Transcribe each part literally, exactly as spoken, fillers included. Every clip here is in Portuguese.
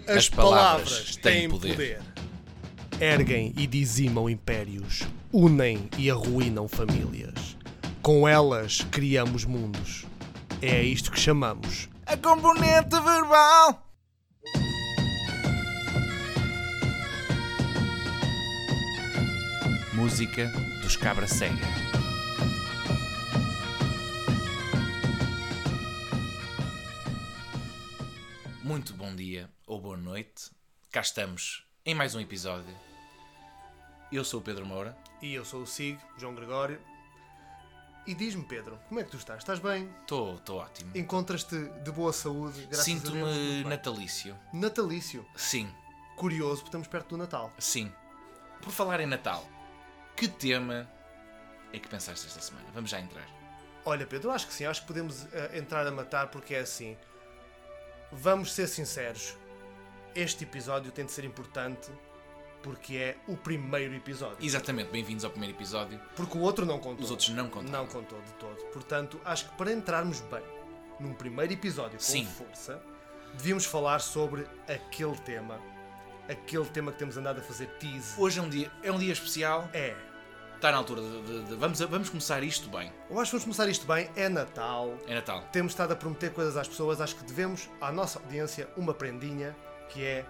As, As palavras, palavras têm poder. poder. Erguem e dizimam impérios, unem e arruinam famílias. Com elas criamos mundos. É a isto que chamamos a componente verbal. Música dos Cabra Cega. Muito bom dia ou boa noite. Cá estamos em mais um episódio. Eu sou o Pedro Moura. E eu sou o Sig, João Gregório. E diz-me, Pedro, como é que tu estás? Estás bem? Estou ótimo. Encontras-te de boa saúde, graças Sinto-me a Deus? Sinto-me natalício. Natalício? Sim. Curioso, porque estamos perto do Natal. Sim. Por falar em Natal, que tema é que pensaste esta semana? Vamos já entrar. Olha, Pedro, acho que sim. Acho que podemos uh, entrar a matar, porque é assim. Vamos ser sinceros. Este episódio tem de ser importante porque é o primeiro episódio. Exatamente. Bem-vindos ao primeiro episódio. Porque o outro não contou. Os outros não contaram. Não contou de todo. Portanto, acho que para entrarmos bem num primeiro episódio com sim. força, devíamos falar sobre aquele tema. Aquele tema que temos andado a fazer tease. Hoje é um dia, é um dia especial. É. Está na altura de... de, de vamos, a, vamos começar isto bem. Eu acho que vamos começar isto bem. É Natal. É Natal. Temos estado a prometer coisas às pessoas. Acho que devemos, à nossa audiência, uma prendinha, que é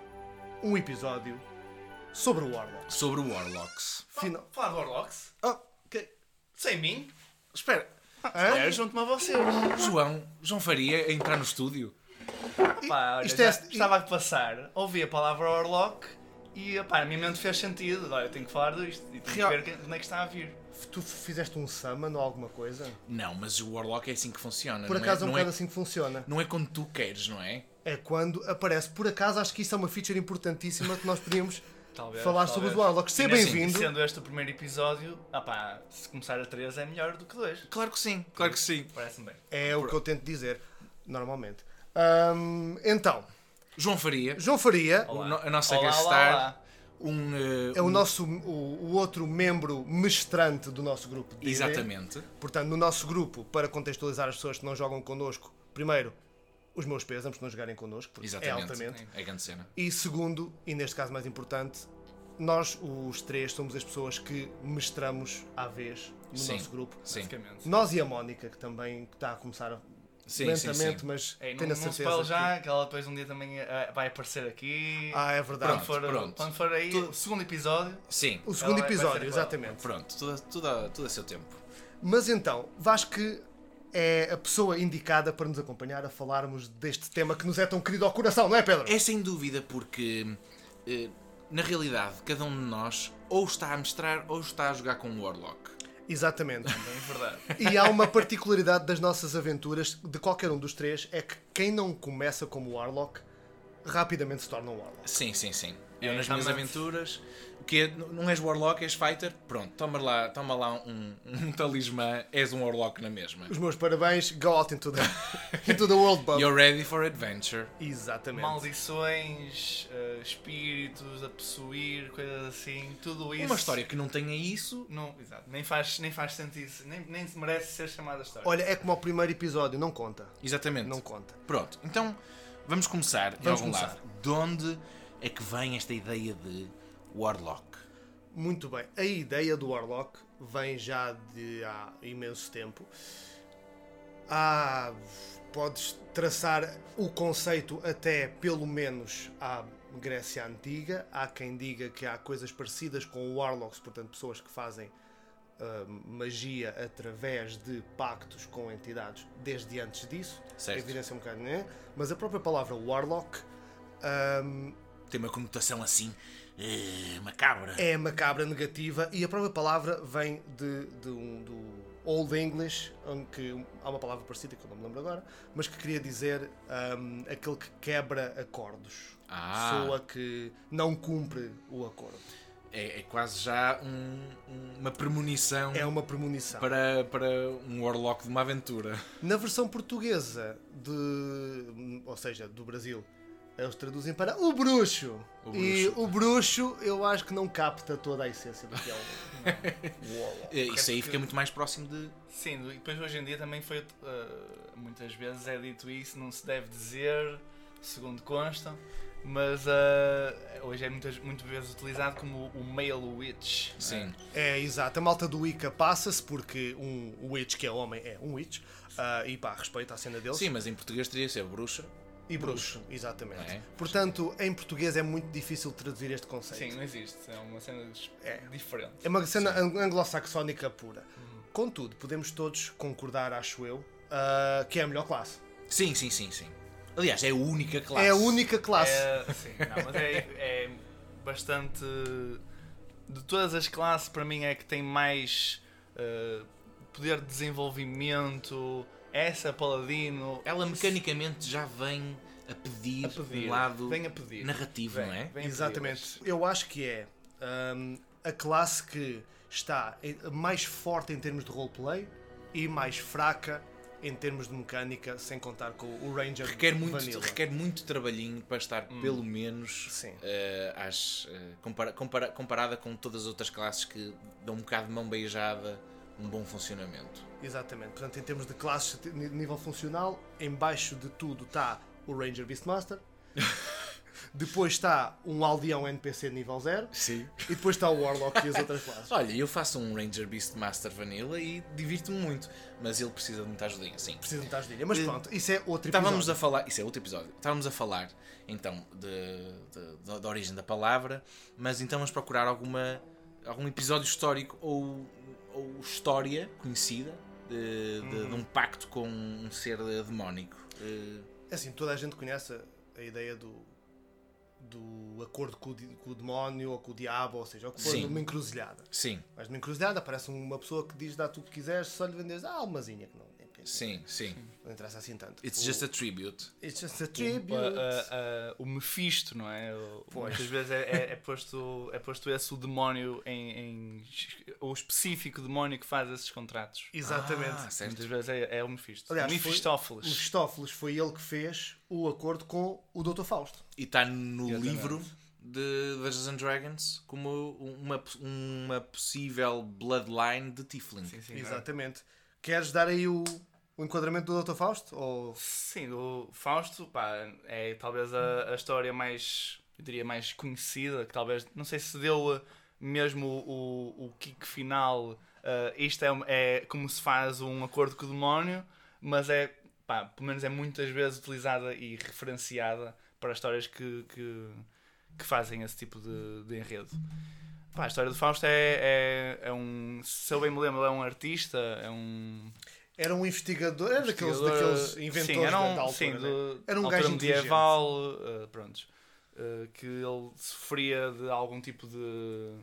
um episódio sobre o Warlock. Sobre o Warlocks. Final... Falar de Warlocks? Oh, que... Sem mim? Espera. É, junto-me a vocês. João, João Faria a entrar no estúdio. Pá, olha, Isto já, é... estava a passar, ouvi a palavra Warlock e pá, na minha mente fez sentido. Olha, eu tenho que falar disto e tenho Real... que ver onde é que está a vir. Tu fizeste um summon ou alguma coisa? Não, mas o Warlock é assim que funciona. Por não acaso é, é um não bocado é, assim que funciona. Não é quando tu queres, não é? É quando aparece. Por acaso acho que isso é uma feature importantíssima que nós podíamos talvez, falar talvez. sobre os Warlocks. Seja bem-vindo. Sendo este o primeiro episódio, ah pá, se começar a três é melhor do que dois. Claro que sim, claro que sim. Parece-me bem. É Por... o que eu tento dizer, normalmente. Hum, então, João Faria. João Faria. Olá. A nossa Olá, guest olá, star. olá. Um, uh, É o um... nosso o, o outro membro mestrante do nosso grupo de D e D. Exatamente. Portanto, no nosso grupo, para contextualizar as pessoas que não jogam connosco, primeiro, os meus pésamos por não jogarem connosco, porque Exatamente. é altamente. É grande cena. E segundo, e neste caso mais importante, nós, os três, somos as pessoas que mestramos à vez no sim. nosso grupo. Sim. Nós e a Mónica, que também está a começar a... Sim, lentamente, sim, sim. mas Ei, tenho não, a certeza não se que... já, que ela depois um dia também uh, vai aparecer aqui. Ah, é verdade. Quando for, Pronto. quando for aí, Tu... o segundo episódio. Sim. O segundo vai, episódio, vai exatamente. Pronto, tudo, tudo, a, tudo a seu tempo. Mas então, Vasco é a pessoa indicada para nos acompanhar a falarmos deste tema que nos é tão querido ao coração, não é, Pedro? É sem dúvida porque, eh, na realidade, cada um de nós ou está a mestrar ou está a jogar com um Warlock. Exatamente. Também é verdade. E há uma particularidade das nossas aventuras, de qualquer um dos três, é que quem não começa como Warlock, rapidamente se torna um Warlock. Sim, sim, sim. Eu É, nas também. minhas aventuras, que é, não és Warlock, és Fighter, pronto, toma lá, toma lá um, um talismã, és um Warlock na mesma. Os meus parabéns, go out into the, into the world, bub. You're ready for adventure. Exatamente. Maldições, uh, espíritos a possuir, coisas assim, tudo isso. Uma história que não tenha isso... Não, exato, nem faz, nem faz sentido, nem, nem merece ser chamada história. Olha, é como ao primeiro episódio, não conta. Exatamente. Não conta. Pronto, então vamos começar Vamos de algum começar. lado. De onde é que vem esta ideia de Warlock? Muito bem. A ideia do Warlock vem já de há imenso tempo. Há... Podes traçar o conceito até, pelo menos, à Grécia Antiga. Há quem diga que há coisas parecidas com Warlocks, portanto, pessoas que fazem uh, magia através de pactos com entidades desde antes disso. Certo. A evidência é um bocado, né? Mas a própria palavra Warlock um, tem uma conotação assim, uh, macabra. é macabra, negativa, e a própria palavra vem de, de um, do Old English, em que há uma palavra parecida que eu não me lembro agora, mas que queria dizer um, aquele que quebra acordos. Ah. Pessoa que não cumpre o acordo. É, é quase já um, uma premonição É uma premonição. para, para um Warlock de uma aventura. Na versão portuguesa, de, ou seja, do Brasil, eles traduzem para o bruxo. O bruxo. E o bruxo eu acho que não capta toda a essência do que é o Warlock. É, Isso aí fica muito mais próximo de... Sim, e depois hoje em dia também foi, uh, muitas vezes é dito isso, não se deve dizer, segundo consta. Mas uh, hoje é muitas, muito vezes utilizado como o male witch. Sim. É, exato. A malta do Wicca passa-se porque um witch, que é homem, é um witch. Uh, e pá, respeita a cena deles. Sim, mas em português teria que ser bruxa. E bruxo, exatamente. É. Portanto, em português é muito difícil traduzir este conceito. Sim, não existe. É uma cena É. diferente. É uma cena ang- anglo-saxónica pura. Contudo, podemos todos concordar, acho eu, uh, que é a melhor classe. Sim, sim, sim, sim. Aliás, é a única classe. É a única classe. É, sim, não, mas é, é bastante. De todas as classes, para mim, é que tem mais uh, poder de desenvolvimento. Essa paladino. Ela mecanicamente já vem a pedir, A pedir. um lado Vem a pedir. narrativo, Vem, não é? vem a pedir. Exatamente. Eu acho que é um, a classe que está em- mais forte em termos de roleplay e mais fraca em termos de mecânica, sem contar com o Ranger Requer muito, Vanilla. requer muito trabalhinho para estar, pelo menos, Sim. eh, às, eh, compara- compara- comparada com todas as outras classes que dão um bocado de mão beijada, um bom funcionamento. Exatamente. Portanto, em termos de classes de nível funcional, em baixo de tudo está o Ranger Beastmaster. Depois está um aldeão N P C de nível zero. Sim. E depois está o Warlock e as outras classes. Olha, eu faço um Ranger Beastmaster Vanilla e divirto-me muito, mas ele precisa de muita ajudinha, sim. Precisam de estar Mas pronto, isso é outro episódio. Estávamos a falar, isso é outro episódio. Estávamos a falar então de, de- de- da origem da palavra, mas então vamos procurar alguma algum episódio histórico ou, ou história conhecida de, de- de um pacto com um ser demónico. Eh, Assim, toda a gente conhece a, a ideia do, do acordo com o, di- com o demónio ou com o diabo, ou seja, o que for, Sim. numa encruzilhada. sim, Mas numa encruzilhada aparece uma pessoa que diz dá tudo o que quiseres, só lhe vendes a almazinha, que não, nem pensa. sim, sim. Não interessa assim tanto. It's O- just a tribute. It's just a O, tribute. a- a- a- o Mephisto, não é? O- Pois. Muitas vezes é, é- é posto, é posto esse o demónio em, em. O específico demónio que faz esses contratos. Exatamente. Ah, certo. Muitas vezes é, é o Mephisto. Aliás, foi- Mephistófeles. O Mephistófeles foi ele que fez o acordo com o doutor Fausto. E está no Exatamente. livro de Dungeons and Dragons como uma, uma possível bloodline de Tiefling. Sim, sim, não é? Exatamente. Queres dar aí o, o enquadramento do doutor Fausto? Ou... Sim, o Fausto, pá, é talvez a, a história mais, eu diria, mais conhecida, que talvez, não sei se deu uh, mesmo o, o, o kick final, uh, isto é, é como se faz um acordo com o demónio, mas é, pá, pelo menos é muitas vezes utilizada e referenciada para histórias que, que, que fazem esse tipo de, de enredo. Pá, a história do Fausto é, é, é um, se eu bem me lembro, ele é um artista, é um... Era um investigador, era daqueles, Investigador, daqueles inventores sim, era um, da, da altura, sim, né? do, Era um altura gajo medieval, uh, pronto, uh, que ele sofria de algum tipo de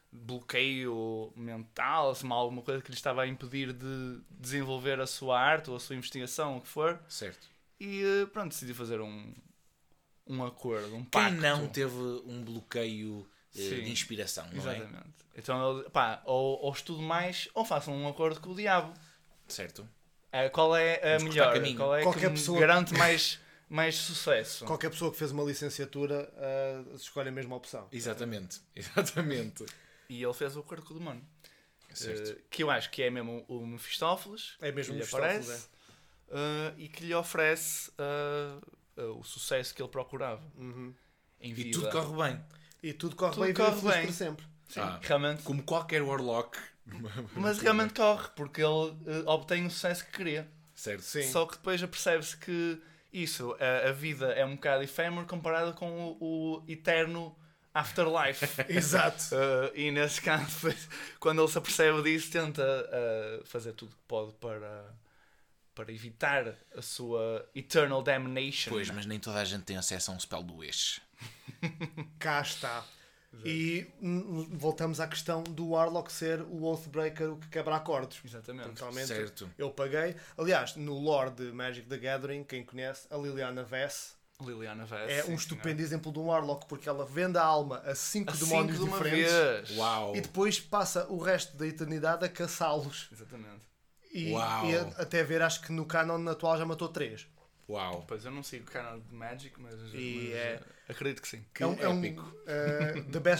bloqueio mental, assim, alguma coisa que lhe estava a impedir de desenvolver a sua arte ou a sua investigação, o que for, Certo. e uh, pronto, decidiu fazer um, um acordo, um Quem pacto. não teve um bloqueio eh, Sim, de inspiração, não é? Exatamente. Então ele, pá, ou, ou estudo mais, ou façam um acordo com o diabo. Certo. Uh, qual é a Vamos cortar melhor? caminho. Qual é Qualquer que me pessoa- garante mais, mais sucesso? Qualquer pessoa que fez uma licenciatura uh, escolhe a mesma opção. Exatamente. Exatamente. E ele fez o acordo com o demónio. Certo. Uh, que eu acho que é mesmo o Mephistófeles. É mesmo que lhe Mephistófeles, aparece. uh, e que lhe oferece uh, uh, o sucesso que ele procurava Uhum. em E vida. tudo corre bem. E tudo corre Tudo bem e corre vive feliz bem. para sempre. Sim, Ah. realmente. Como qualquer Warlock. Mas realmente corre, porque ele uh, obtém o sucesso que queria. Certo. Sim. Só que depois percebe-se que isso, a, a vida é um bocado efêmero comparado com o, o eterno afterlife. Exato. Uh, e nesse caso, depois, quando ele se apercebe disso, tenta uh, fazer tudo o que pode para, para evitar a sua eternal damnation. Pois, mas nem toda a gente tem acesso a um spell do Wish. Cá está. E hum, voltamos à questão do Warlock ser o Oathbreaker, o que quebra acordos. Exatamente. Totalmente. Certo. Eu paguei. Aliás, no lore de Magic the Gathering, quem conhece, a Liliana Vess Liliana Vess. é um estupendo exemplo de um Warlock, porque ela vende a alma a cinco Assim demónios de uma diferentes vez. Uau. e depois passa o resto da eternidade a caçá-los. Exatamente. E, Uau. e a- até ver, acho que no canon atual já matou três. Uau. Pois eu não sigo o canal de Magic, mas, E mas, é- uh, acredito que sim. Que é um, é um, épico. uh, the best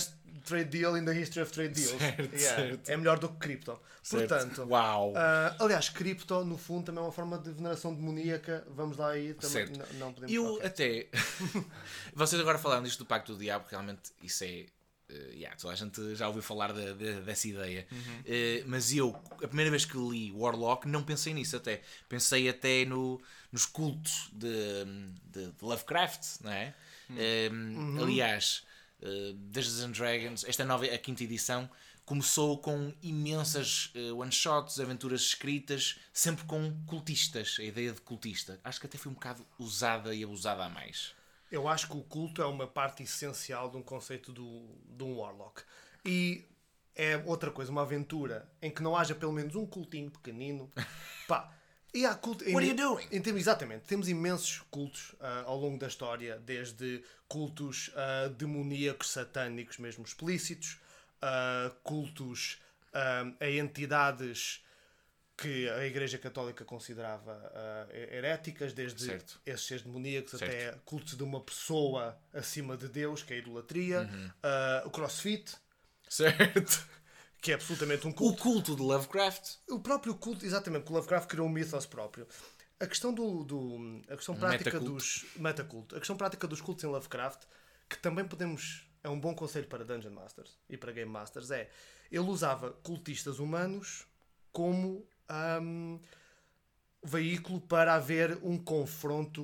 trade deal in the history of trade deals. Certo, Yeah. certo. É melhor do que cripto. Certo. Portanto, Uau! ah, aliás, cripto, no fundo, também é uma forma de veneração demoníaca. Vamos lá aí. Também, Certo. Não, não podemos Eu okay. até. Vocês agora falaram disto do Pacto do Diabo, realmente isso é. Uh, yeah, toda a gente já ouviu falar de, de, dessa ideia. Uhum. Uh, mas eu, a primeira vez que li Warlock, não pensei nisso até. Pensei até no, nos cultos de, de, de Lovecraft, não é? Uhum. Um, aliás, uh, Dungeons and Dragons, esta nova, a quinta edição, começou com imensas uh, one-shots, aventuras escritas, sempre com cultistas, a ideia de cultista. Acho que até foi um bocado usada e abusada a mais. Eu acho que o culto é uma parte essencial de um conceito do, de um Warlock. E é outra coisa, uma aventura em que não haja pelo menos um cultinho pequenino. Pá, e há culto, What are you doing? Em, em, exatamente. Temos imensos cultos uh, ao longo da história, desde cultos uh, demoníacos, satânicos, mesmo explícitos, uh, cultos uh, a entidades que a Igreja Católica considerava uh, heréticas, desde Certo. esses seres demoníacos Certo. até cultos de uma pessoa acima de Deus, que é a idolatria, Uhum. uh, o crossfit, Certo? que é absolutamente um O culto. culto de Lovecraft. O próprio culto, exatamente, que o Lovecraft criou um mythos próprio. A questão do, do a questão prática Metaculto. dos metaculto, a questão prática dos cultos em Lovecraft, que também podemos, é um bom conselho para Dungeon Masters e para Game Masters, é, ele usava cultistas humanos como um, veículo para haver um confronto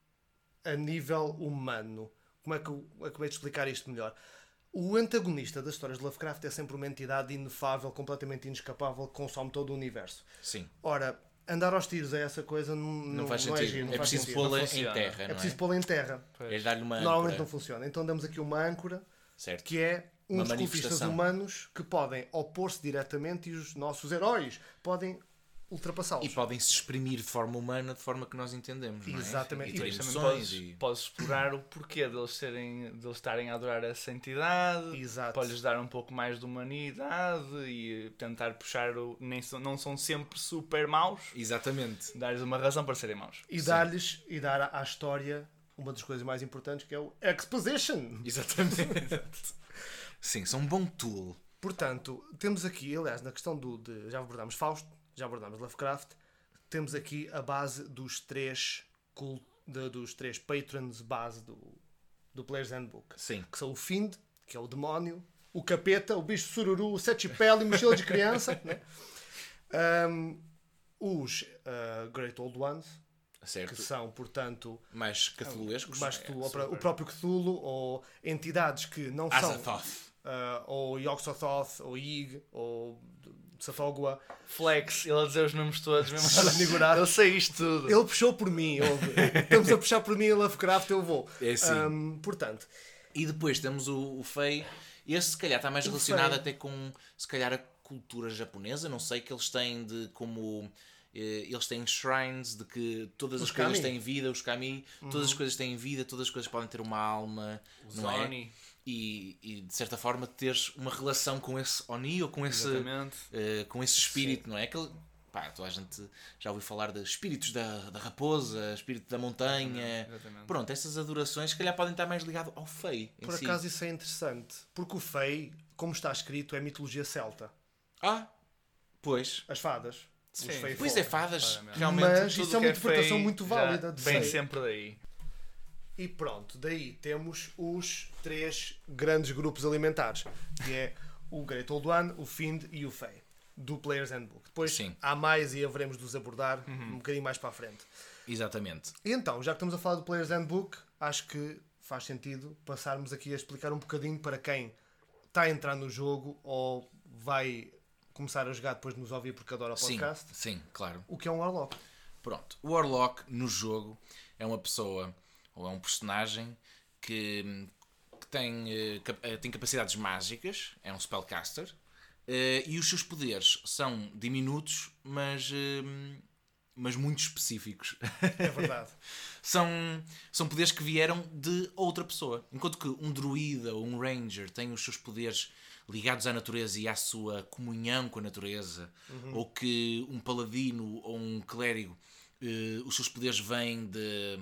a nível humano. Como é que eu acabei de explicar isto melhor? O antagonista das histórias de Lovecraft é sempre uma entidade inefável, completamente inescapável, que consome todo o universo. Sim. Ora, andar aos tiros a essa coisa não, Não, não, faz não sentido. é giro, não é faz preciso sentido. pô-la não em funciona. terra, É não preciso é? pô-la em terra. É dar-lhe uma Normalmente âncora. não funciona. Então damos aqui uma âncora, Certo. que é Uma uns cultistas manifestação. humanos que podem opor-se diretamente e os nossos heróis podem ultrapassá-los. E podem se exprimir de forma humana, de forma que nós entendemos, não é? Exatamente. E E ter Depois também emoções podes, e... podes explorar o porquê deles, serem, deles estarem a adorar essa entidade. Exato. Podes dar um pouco mais de humanidade e tentar puxar o. Nem são, não são sempre super maus. Exatamente. Dar-lhes uma razão para serem maus. E dar-lhes e dar à história uma das coisas mais importantes, que é o exposition. Exatamente. Sim, são um bom tool. Portanto, temos aqui, aliás, na questão do de, já abordámos Fausto, já abordámos Lovecraft, temos aqui a base dos três cult, de, dos três patrons base do, do Player's Handbook, Sim. que são o Fiend, que é o demónio, o Capeta, o bicho sururu, o sete pele e mochila de criança, né? um, os uh, Great Old Ones, Certo. que são, portanto, Mais cthulhuescos. mais é, Cthulhu, super. o próprio Cthulhu, ou entidades que não são Azathoth. uh, ou Yog-Sothoth, ou Ig, ou Tsathoggua. Flex, ele a dizer os nomes todos mesmo. Desnigurado. Eu sei isto tudo. Ele puxou por mim, ouve. Estamos a puxar por mim em Lovecraft, eu vou. É assim. Um, portanto, E depois temos o, o Fei. Esse se calhar está mais O relacionado Fei. até com, se calhar, a cultura japonesa. Não sei, que eles têm de como... eh, Eles têm shrines de que todas Os as coisas kami. têm vida, os kami, todas as coisas têm vida, todas as coisas podem ter uma alma, O não é? Zoni. E, e de certa forma teres uma relação com esse Oni ou com esse, Exatamente. eh, com esse espírito, não é? Aquele, pá, toda a gente já ouviu falar de espíritos da, da raposa, espírito da montanha. Exatamente. Pronto, essas adorações se calhar podem estar mais ligadas ao Fei em por si. acaso isso é interessante. Porque o Fey, como está escrito, é mitologia celta. Ah, pois. As fadas. Os Sim. Fey Pois folk. é, fadas, Claramente. realmente. Mas Tudo isso é que uma interpretação feio muito já válida de vem Fey. sempre daí. E pronto, daí temos os três grandes grupos alimentares, que é o Great Old One, o Fiend e o Fey, do Player's Handbook. Depois Sim. há mais e haveremos de os abordar Uhum. um bocadinho mais para a frente. Exatamente. E então, já que estamos a falar do Player's Handbook, acho que faz sentido passarmos aqui a explicar um bocadinho para quem está a entrar no jogo ou vai começar a jogar depois de nos ouvir porque adora o Sim, podcast, sim, claro. o que é um Warlock. Pronto. O Warlock no jogo é uma pessoa ou é um personagem que, que tem, eh, cap- eh, tem capacidades mágicas, é um spellcaster, eh, e os seus poderes são diminutos, mas, eh, mas muito específicos. É verdade. são, são poderes que vieram de outra pessoa. Enquanto que um druida ou um ranger tem os seus poderes ligados à natureza e à sua comunhão com a natureza, ou que um paladino ou um clérigo, eh, os seus poderes vêm de,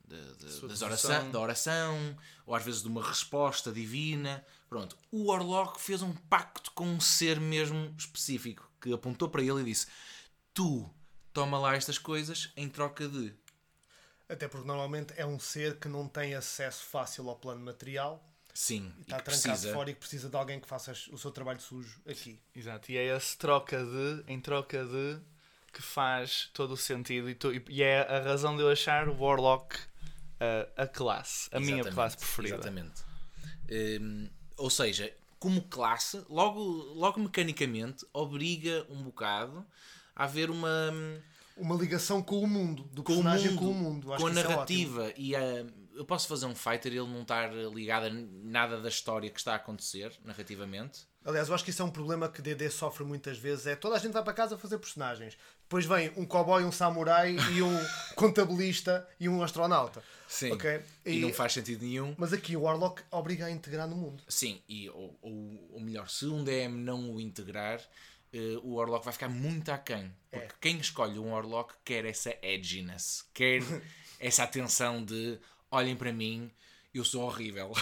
de, de, Sua das devoção. oração, da oração, ou às vezes de uma resposta divina. Pronto, o Warlock fez um pacto com um ser mesmo específico, que apontou para ele e disse: tu toma lá estas coisas em troca de... Até porque normalmente é um ser que não tem acesso fácil ao plano material. Sim, e Está que trancado precisa... fora e que precisa de alguém que faça o seu trabalho sujo aqui. Exato, e é esse troca de, em troca de, que faz todo o sentido. E, tu, e é a razão de eu achar o Warlock uh, a classe, a minha Exatamente, classe preferida. Exatamente. Hum, ou seja, como classe, logo, logo mecanicamente, obriga um bocado a haver uma... Uma ligação com o mundo, do com o personagem mundo, com o mundo. Acho com a que isso é narrativa. E a, eu posso fazer um fighter e ele não estar ligado a nada da história que está a acontecer, narrativamente. Aliás, eu acho que isso é um problema que D D sofre muitas vezes. É toda a gente vai para casa fazer personagens. Depois vem um cowboy, um samurai e um contabilista e um astronauta. Sim. Okay? E, e não faz sentido nenhum. Mas aqui o Warlock obriga a integrar no mundo. Sim, e ou, ou, ou melhor, se um D M não o integrar, uh, o Warlock vai ficar muito aquém. Porque É. quem escolhe um Warlock quer essa edginess, quer essa atenção de olhem para mim, eu sou horrível.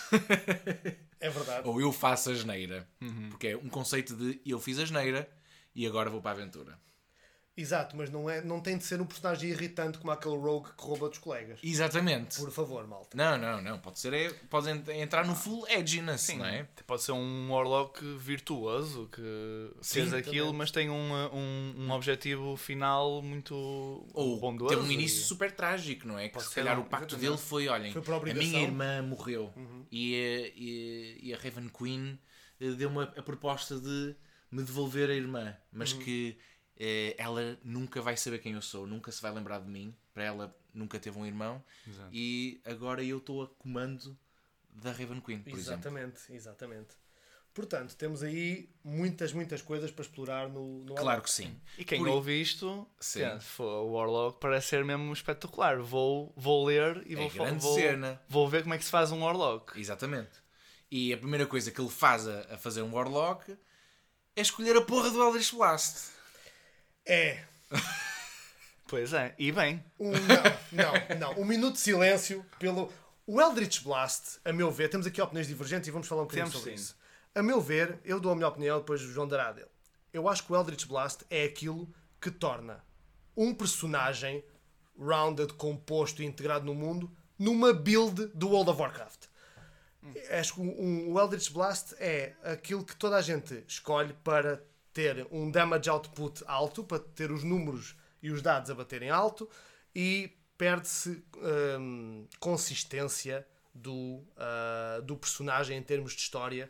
É verdade. Ou eu faço asneira. Uhum. Porque é um conceito de eu fiz asneira e agora vou para a aventura. Exato, mas não, é, não tem de ser um personagem irritante como aquele rogue que rouba dos colegas. Exatamente. Por favor, malta. Não, não, não. Pode ser, é, pode entrar no full edginess, Sim, não é? pode ser um Warlock virtuoso que Sim, fez aquilo, também. mas tem um, um, um objetivo final muito Ou bondoso. teve um início e- super trágico, não é? Que Pode se ser, calhar não, o pacto exatamente. dele foi, olhem, Foi por a obrigação. minha irmã morreu e, a- e, e a Raven Queen eh, deu-me a, a proposta de me devolver a irmã, mas que eh, ela nunca vai saber quem eu sou, nunca se vai lembrar de mim, para ela nunca teve um irmão. Exato. E agora eu estou a comando da Raven Queen, por exemplo. Exatamente, exatamente. Portanto, temos aí muitas, muitas coisas para explorar no, no Claro que sim. E quem Por- ouve isto, Sim. pensa, "Fô, o Warlock parece ser mesmo espetacular. Vou, vou ler e É vou, grande vou, cena. vou ver como é que se faz um Warlock." Exatamente. E a primeira coisa que ele faz a, a fazer um Warlock é escolher a porra do Eldritch Blast. É. Pois é, e bem. Um, não, não, não. Um minuto de silêncio pelo... O Eldritch Blast, a meu ver, temos aqui opiniões divergentes e vamos falar um bocadinho Temos, sobre sim. isso. A meu ver, eu dou a minha opinião, depois o João dará a dele. Eu acho que o Eldritch Blast é aquilo que torna um personagem rounded, composto e integrado no mundo numa build do World of Warcraft. Acho que um, o Eldritch Blast é aquilo que toda a gente escolhe para ter um damage output alto, para ter os números e os dados a baterem alto, e perde-se hum, consistência do, uh, do personagem em termos de história.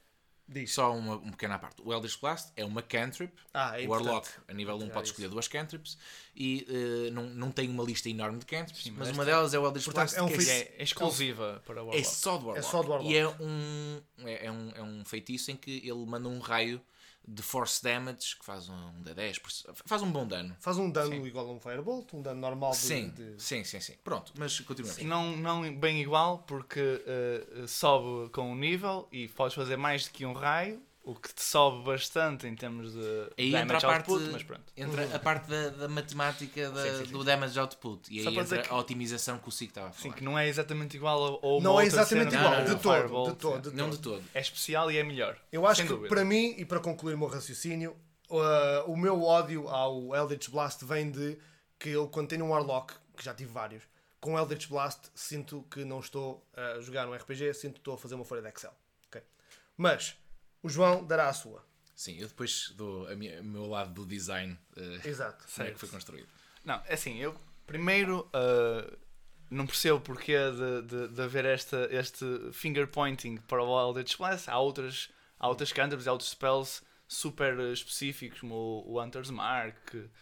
Diz. Só uma, uma pequena parte. O Eldritch Blast é uma cantrip. Ah, é o Warlock, importante. a nível um, Tirar pode isso. escolher duas cantrips. E eh, não, não tem uma lista enorme de cantrips, Sim, mas mas uma esta- delas é o Eldritch Portanto, Blast, é um que Que é, feitiço. é exclusiva para o é Warlock. só do Warlock. É só do Warlock. E é um, é, é um, é um feitiço em que ele manda um raio de force damage que faz um D dez, por- faz um bom dano. Faz um dano Sim. igual a um Firebolt, um dano normal de... Sim, de- sim, sim, sim. Pronto, mas continua. Não, não bem igual, porque uh, sobe com o nível e podes fazer mais do que um raio, o que te sobe bastante em termos de Aí entra a damage parte, output, mas pronto. entra a parte da, da matemática da- Sim, sim, sim. do damage output. E Só aí para dizer entra que- a otimização que o Sigo estava a falar. Sim, que não é exatamente igual a ou uma Não é outra exatamente cena igual, Não, não, de, não, todo, Firebolt. de todo, de Não todo. de todo. É especial e é melhor. Eu acho Sem que, dúvida. para mim, e para concluir o meu raciocínio, uh, o meu ódio ao Eldritch Blast vem de que eu, quando tenho um Warlock, que já tive vários, com o Eldritch Blast, sinto que não estou a jogar um R P G, sinto que estou a fazer uma folha de Excel. Ok? Mas, o João dará a sua. Sim, eu depois dou a minha- o meu lado do design, eh, Exato. como é Certo. que foi construído. Não, é assim, eu primeiro uh, não percebo o porquê de, de, de haver esta, este finger pointing para o Eldritch Blast. Há outras, há outras cantrips, há outros spells super uh, específicos, como o, o Hunter's Mark,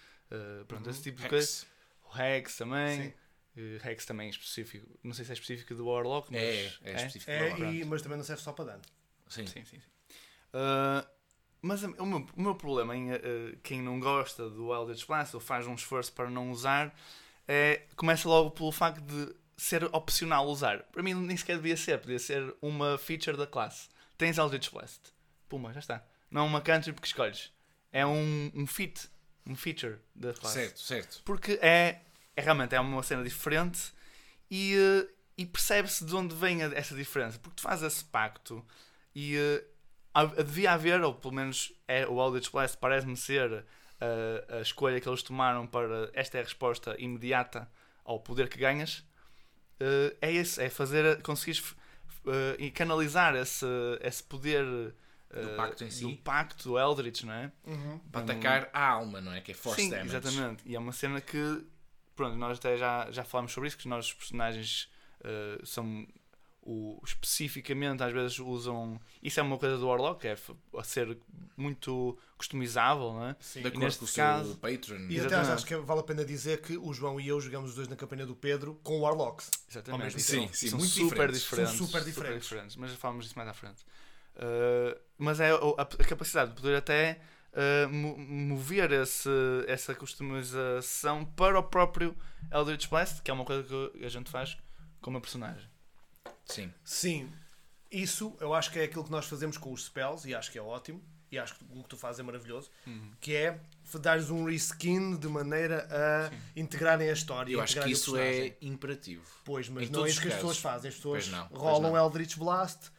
uh, pronto, esse tipo de coisa. Hex. O Hex também. Sim. Uh, Hex também é específico, não sei se é específico do Warlock, mas É, é específico. É, do Warlock. e, mas também não serve só para dano. Sim. Sim, sim, sim. Uh, mas o meu, o meu problema em uh, quem não gosta do Eldritch Blast ou faz um esforço para não usar é, começa logo pelo facto de ser opcional usar. Para mim nem sequer devia ser, podia ser uma feature da classe. Tens Eldritch Blast, puma, já está. Não é uma cantrip que escolhes. É um, um fit, um feature da classe. Certo, certo. Porque é, é realmente é uma cena diferente e, uh, e percebe-se de onde vem a, essa diferença. Porque tu fazes esse pacto e uh, devia haver, ou pelo menos é, o Eldritch Blast parece-me ser uh, a escolha que eles tomaram para esta é a resposta imediata ao poder que ganhas. Uh, é esse, é fazer, conseguires uh, e canalizar esse, esse poder uh, Do pacto em si. do pacto do Eldritch, não é? Uhum. Para atacar a alma, não é? Que é force Sim, damage. exatamente. E é uma cena que, pronto, nós até já, já falámos sobre isso, que os nossos personagens uh, são, o, especificamente, às vezes usam, isso é uma coisa do Warlock, é f- a ser muito customizável, não é? Sim. De E acordo neste com o caso- seu Patreon. E até acho que vale a pena dizer que o João e eu jogamos os dois na campanha do Pedro com Warlocks. Exatamente. mesmo Sim, tempo. sim, São muito super diferentes. diferentes. São super diferentes. Mas já falamos disso mais à frente. Uh, mas é o- a, a capacidade de poder até uh, mo- mover esse, essa customização para o próprio Eldritch Blast, que é uma coisa que a gente faz com uma personagem. Sim. Sim, isso eu acho que é aquilo que nós fazemos com os spells e acho que é ótimo. E acho que o que tu fazes é maravilhoso. Uhum. Que é dares um reskin de maneira a integrarem a história. Eu acho que integrarem o isso personagem. é imperativo. Pois, mas em não é todos isso os que as casos. pessoas fazem. As pessoas Pois não, pois rolam não. Eldritch Blast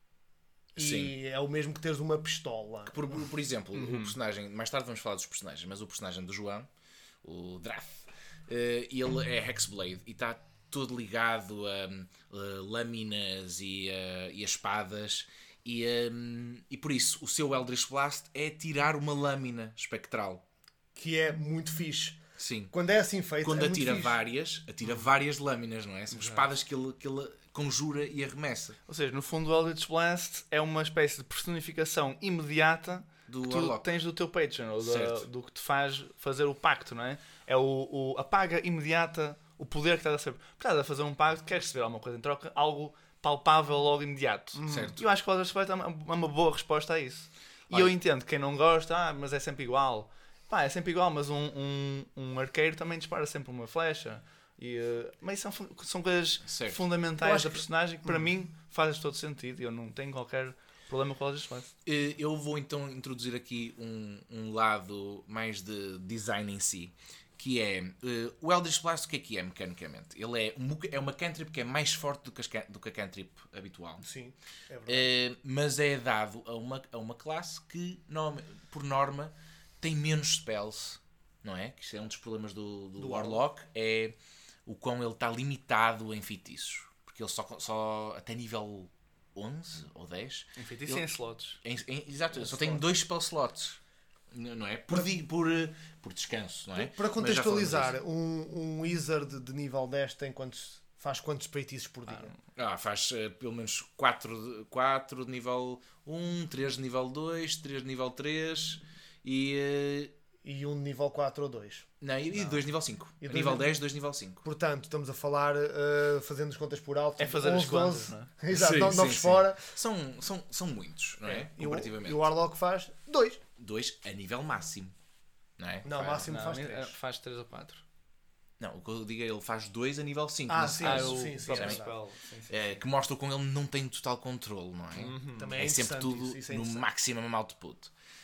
e Sim. é o mesmo que teres uma pistola. Por, por exemplo, Uhum. o personagem, mais tarde vamos falar dos personagens, mas o personagem do João, o Drath, eh, ele é Hexblade e está todo ligado a, a lâminas e a, e a espadas. E, um, e por isso o seu Eldritch Blast é tirar uma lâmina espectral. Que é muito fixe. Sim. Quando é assim feito, Quando é muito atira fixe. várias, atira várias lâminas, não é? São espadas que ele, que ele conjura e arremessa. Ou seja, no fundo o Eldritch Blast é uma espécie de personificação imediata Do que tu Warlock. tens do teu Patreon, ou da- Certo. do que te faz fazer o pacto, não é? É o, o apaga imediata o poder que estás a fazer. Porque estás a fazer um pacto, queres receber alguma coisa em troca, algo palpável logo imediato. Certo. E eu acho que o Eldritch Blast é uma, é uma boa resposta a isso. E Olha- eu entendo quem não gosta, ah, mas é sempre igual. Pá, é sempre igual, mas um, um, um arqueiro também dispara sempre uma flecha. E, uh, mas são, fu- são coisas Certo. Eu fundamentais acho da que- personagem que para mim fazem todo sentido e eu não tenho qualquer problema com o Eldritch Blast. Eh, Eu vou então introduzir aqui um, um lado mais de design em si, que é eh, o Eldritch Blast. O que é que é mecanicamente? Ele é, um, é uma cantrip que é mais forte do que, as, can- do que a cantrip habitual. Sim, é verdade. Eh, mas é dado a uma, a uma classe que, norma- por norma, tem menos spells, não é? Que isso é um dos problemas do, do, Do Warlock, é o quão ele está limitado em feitiços. Porque ele só, só até nível onze ou dez. Em feitiço Eu- e em slots. Em, em- exato, eu só slots. tenho dois spell slots. N- Não é? Por, di- por, eh, por descanso, não é? Para Mas já falamos contextualizar, disso. um, um wizard de nível dez tem quantos, faz quantos feitiços por dia? Ah, faz eh, pelo menos quatro, quatro de nível um, três de nível dois, três de nível três e. eh, E um de nível quatro ou dois. Não, e dois de nível cinco. E A dois nível de- dez, dois de nível cinco. Portanto, estamos a falar, uh, fazendo as contas por alto, É fazer as onze, contas, doze. não Exato, Sim, no- sim, novos sim. fora. São, são, são muitos, não é? E o, Comparativamente. e o Warlock faz dois. Dois a nível máximo. Não é? Não, Faz- máximo Não, faz nem- três. faz três ou quatro. Não, o que eu digo é ele faz dois a nível cinco. Ah, nesse sim, caso. o sim, sim, próprio é spell. Sim, sim, É, sim. que mostra com ele não tem total controle, não é? Também É é sempre interessante tudo isso, isso é no interessante. maximum output.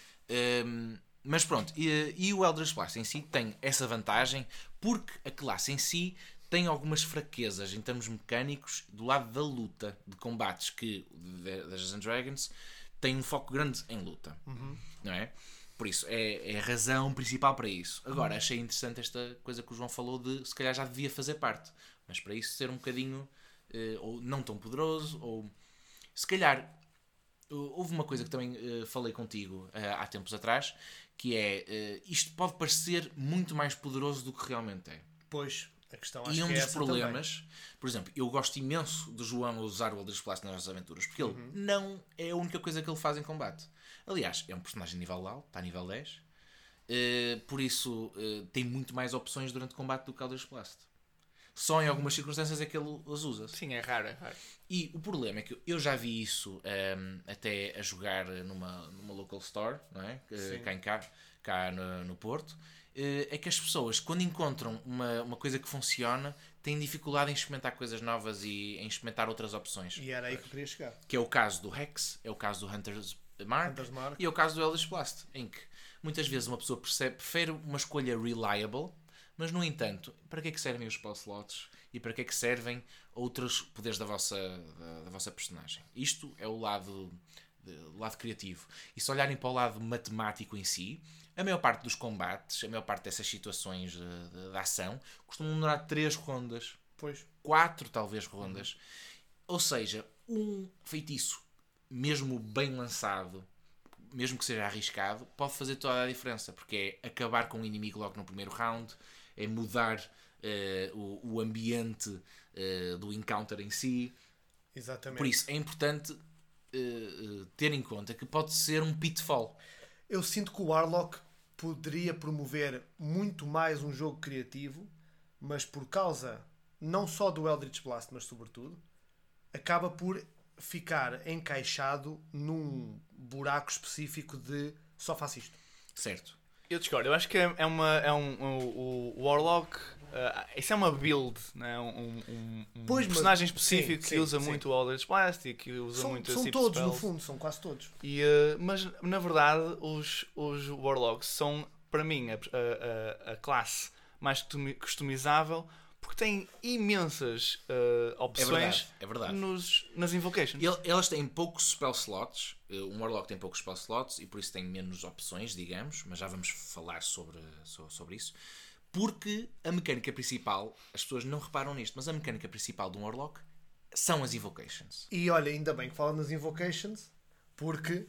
Um, mas pronto, e, e o Eldritch Blast em si tem essa vantagem porque a classe em si tem algumas fraquezas em termos mecânicos do lado da luta, de combates que da Dungeons and Dragons tem um foco grande em luta, não é? Por isso, é, é a razão principal para isso. Agora, achei interessante esta coisa que o João falou de se calhar já devia fazer parte, mas para isso ser um bocadinho eh, ou não tão poderoso, ou se calhar uh, houve uma coisa que também uh, falei contigo uh, há tempos atrás, que é uh, isto pode parecer muito mais poderoso do que realmente é. Pois, a questão acho E um que é dos essa problemas, por exemplo, eu gosto imenso do João a usar o Eldritch Blast nas nossas aventuras, porque ele Uhum. não é a única coisa que ele faz em combate. Aliás, é um personagem nível alto, está a nível dez, uh, por isso uh, tem muito mais opções durante o combate do que o Eldritch Blast. Só em algumas circunstâncias é que ele as usa. Sim, é raro, é raro. E o problema é que eu já vi isso um, até a jogar numa, numa local store, não é? Sim. Cá, em cá, cá no, no Porto. Uh, é que as pessoas, quando encontram uma, uma coisa que funciona, têm dificuldade em experimentar coisas novas e em experimentar outras opções. também. E era aí que eu queria chegar. Que é o caso do Hex, é o caso do Hunter's Mark, Hunter's Mark. e é o caso do Eldritch Blast, em que muitas vezes uma pessoa percebe, prefere uma escolha reliable, Mas, no entanto, para que é que servem os spell slots e para que é que servem outros poderes da vossa, da, da vossa personagem? Isto é o lado, de, o lado criativo. E se olharem para o lado matemático em si, a maior parte dos combates, a maior parte dessas situações de, de, de ação, costumam demorar três rondas. Pois. quatro talvez rondas. Ou seja, um feitiço, mesmo bem lançado, mesmo que seja arriscado, pode fazer toda a diferença, porque é acabar com o inimigo logo no primeiro round, é mudar uh, o, o ambiente uh, do encounter em si. Exatamente. Por isso é importante uh, ter em conta que pode ser um pitfall. Eu sinto que o Warlock poderia promover muito mais um jogo criativo, mas por causa não só do Eldritch Blast, mas sobretudo, acaba por ficar encaixado num buraco específico de só faço isto. Certo. Eu discordo. Eu acho que é, é uma é um, um, o Warlock. Uh, isso é uma build, né? um, um, um Pois, personagem mas, específico sim, que sim, usa sim. muito o Eldritch Blast e que usa São, muito são esse tipo todos, de no spells. fundo, são quase todos. E, uh, mas na verdade, os, os Warlocks são, para mim, a, a, a classe mais customizável porque têm imensas uh, opções é verdade, é verdade. Nos, nas invocations. Ele, elas têm poucos spell slots. Um Warlock tem poucos spell slots e por isso tem menos opções, digamos. Mas já vamos falar sobre, sobre isso. Porque a mecânica principal, as pessoas não reparam nisto, mas a mecânica principal de um Warlock são as invocations. E olha, ainda bem que fala nas invocations, porque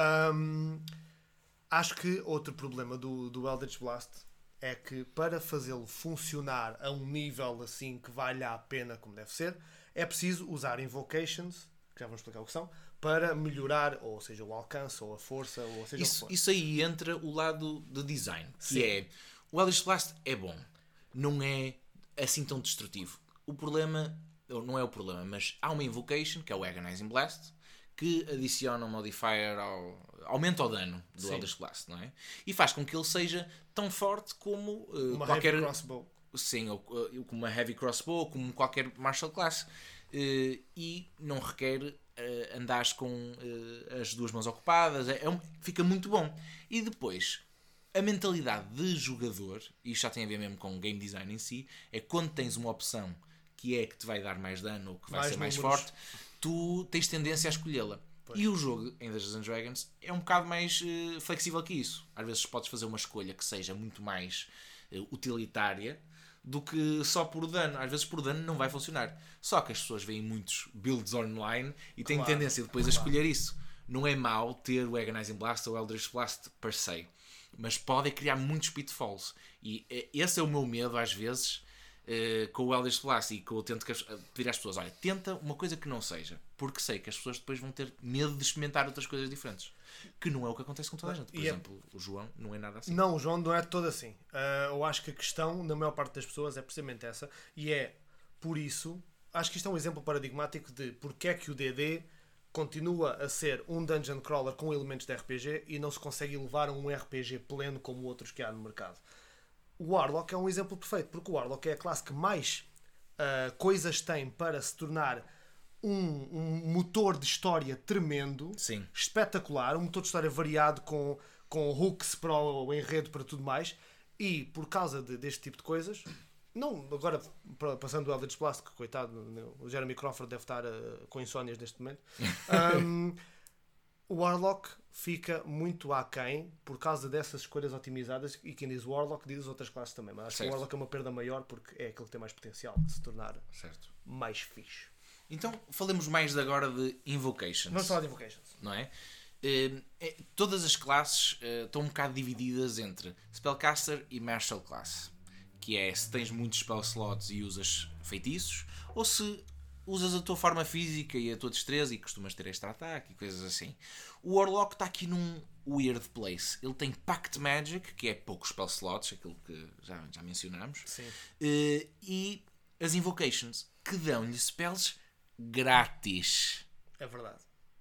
hum, acho que outro problema do, do Eldritch Blast é que para fazê-lo funcionar a um nível assim que valha a pena como deve ser, é preciso usar invocations, que já vamos explicar o que são, para melhorar, ou seja, o alcance, ou a força, ou seja Isso, o que for. isso aí entra o lado de design, que Sim. é o Eldritch Blast é bom, não é assim tão destrutivo. O problema, não é o problema, mas há uma invocation, que é o Agonizing Blast, que adiciona um modifier ao... aumenta o dano do Sim. Eldritch Blast, não é? E faz com que ele seja tão forte como uh, Uma qualquer... heavy crossbow. Sim, ou, uh, como uma Heavy Crossbow, como qualquer Martial Class. Uh, e não requer uh, andares com uh, as duas mãos ocupadas. É, é um, fica muito bom. E depois, a mentalidade de jogador, e isto já tem a ver mesmo com game design em si, é quando tens uma opção que é que te vai dar mais dano ou que vai Mais ser mais números. forte, tu tens tendência a escolhê-la. Pois. E o jogo em Dungeons and Dragons é um bocado mais uh, flexível que isso. Às vezes podes fazer uma escolha que seja muito mais uh, utilitária do que só por dano. Às vezes por dano não vai funcionar. Só que as pessoas veem muitos builds online e têm Claro, tendência depois claro. a escolher isso. Não é mau ter o Agonizing Blast ou o Eldritch Blast per se. Mas pode criar muitos pitfalls. E uh, esse é o meu medo às vezes... Uh, com o Eldritch Blast e que eu tento que as, pedir às pessoas, olha, tenta uma coisa que não seja, porque sei que as pessoas depois vão ter medo de experimentar outras coisas diferentes, que não é o que acontece com toda a gente. Por E é- exemplo, o João não é nada assim. Não, o João não é todo assim. Uh, eu acho que a questão, na maior parte das pessoas, é precisamente essa. E é, por isso, acho que isto é um exemplo paradigmático de porque é que o D D continua a ser um dungeon crawler com elementos de R P G e não se consegue elevar a um R P G pleno como outros que há no mercado. O Warlock é um exemplo perfeito, porque o Warlock é a classe que mais uh, coisas tem para se tornar um, um motor de história tremendo, Sim. espetacular, um motor de história variado com, com hooks para o enredo, para tudo mais, e por causa de, deste tipo de coisas, não, agora passando o Eldritch Blast, que coitado, o Jeremy Crawford deve estar uh, com insónias neste momento, um, o Warlock fica muito aquém por causa dessas escolhas otimizadas, e quem diz Warlock diz outras classes também, mas acho Certo. que o Warlock é uma perda maior porque é aquele que tem mais potencial de se tornar Certo. mais fixe. Então, falemos mais de agora de Invocations. Vamos falar de Invocations. Não é? Uh, é, todas as classes uh, estão um bocado divididas entre Spellcaster e Martial Class, que é se tens muitos spell slots e usas feitiços, ou se usas a tua forma física e a tua destreza e costumas ter extra ataque e coisas assim. O Warlock está aqui num weird place. Ele tem Pact Magic, que é poucos spell slots, aquilo que já, já mencionámos, Sim. uh, e as Invocations, que dão-lhe spells grátis. É verdade.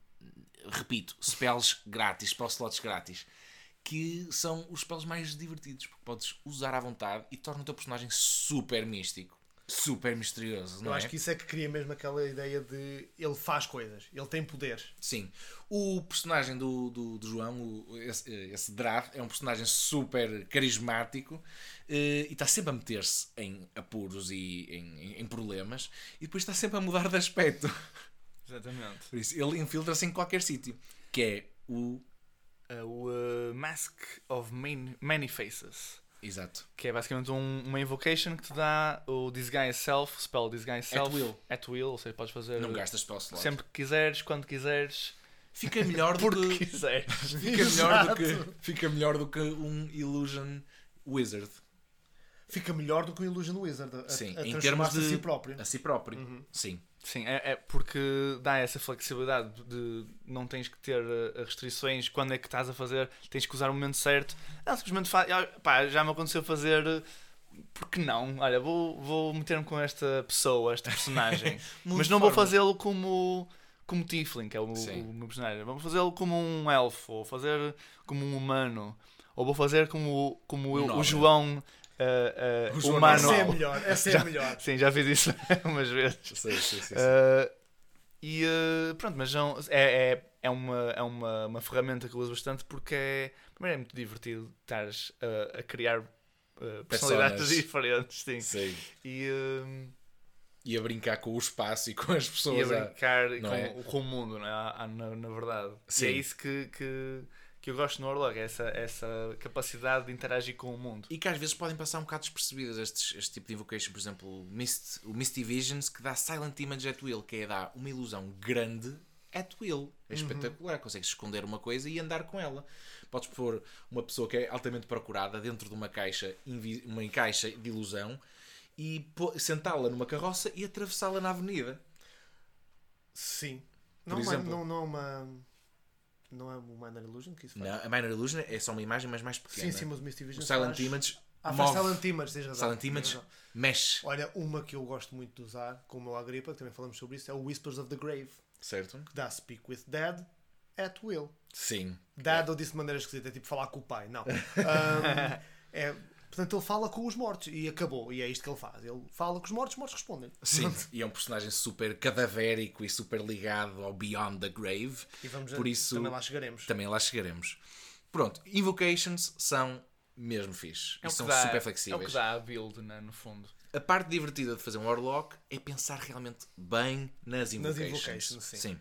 Repito, spells grátis, spell slots grátis, que são os spells mais divertidos, porque podes usar à vontade e torna o teu personagem super místico. super misterioso, não Eu é? acho que isso é que cria mesmo aquela ideia de ele faz coisas, ele tem poderes. Sim. O personagem do, do, do João, o, esse, esse Drath, é um personagem super carismático eh, e está sempre a meter-se em apuros e em, em, em problemas e depois está sempre a mudar de aspecto. Exatamente. Por isso, ele infiltra-se em qualquer sítio. Que é o... Uh, o uh, Mask of Many, Many Faces. Exato. Que é basicamente um, uma invocation que te dá o Disguise Self, spell Disguise Self. At will. At will, ou seja, podes fazer Não gastas spell slot. sempre que quiseres, quando quiseres, Fica melhor do porque que... quiseres. Fica melhor, do que, fica melhor do que um Illusion Wizard. Fica melhor do que o Illusion Wizard a, Sim, a em termos transformar-se de... a si próprio. A si próprio. Uhum. Sim. Sim, é, é porque dá essa flexibilidade de não tens que ter uh, restrições quando é que estás a fazer, tens que usar o momento certo. Não, simplesmente faz. Pá, já me aconteceu fazer. Porque não? Olha, vou, vou meter-me com esta pessoa, esta personagem, mas não vou fazê-lo como, como Tiefling, que é o, o meu personagem. Vou fazê-lo como um elfo, ou fazer como um humano, ou vou fazer como, como o, o João. Uh, uh, o humano. Essa é a melhor, essa é já, a melhor. Sim, já fiz isso umas vezes. Sim, sim, sim, sim. Uh, e uh, pronto, mas não, é, é, é, uma, é uma, uma ferramenta que eu uso bastante porque é, primeiro é muito divertido estares a, a criar uh, personalidades Personas. diferentes. Sim. Sim. E, uh, E a brincar com o espaço e com as e pessoas. a brincar não com, é? com o mundo, não é? Ah, na, na verdade. Sim. E é isso que, que, que eu gosto no Warlock, é essa, essa capacidade de interagir com o mundo. E que às vezes podem passar um bocado despercebidas estes, este tipo de invocation. Por exemplo, o, Mist, o Misty Visions, que dá Silent Image at Will, que é dar uma ilusão grande at will. É espetacular. Consegues esconder uma coisa e andar com ela. Podes pôr uma pessoa que é altamente procurada dentro de uma caixa, uma caixa de ilusão e sentá-la numa carroça e atravessá-la na avenida. Sim. Por Não, exemplo, não, não é uma... Não é o Minor Illusion que isso faz? Não, a Minor Illusion é só uma imagem, mas mais pequena. Sim, sim, mas o Misty Vision O Silent faz... Image Ah, move. faz Silent Image, tens razão. Silent Image Tens razão. mexe. Olha, uma que eu gosto muito de usar, com o meu Agripa, que também falamos sobre isso, é o Whispers of the Grave, Certo? que dá Speak with Dead at Will. Sim. Dad, eu disse de maneira esquisita, é tipo falar com o pai. Não. Um, é, portanto, ele fala com os mortos e acabou. E é isto que ele faz. Ele fala com os mortos, os mortos respondem. Sim, e é um personagem super cadavérico e super ligado ao Beyond the Grave. E vamos Por a, isso, também lá chegaremos. Também lá chegaremos. Pronto, Invocations são mesmo fixe. É e o que são dá- super É flexíveis. o que dá a build, né, no fundo. A parte divertida de fazer um Warlock é pensar realmente bem nas Invocations. Invocations, sim.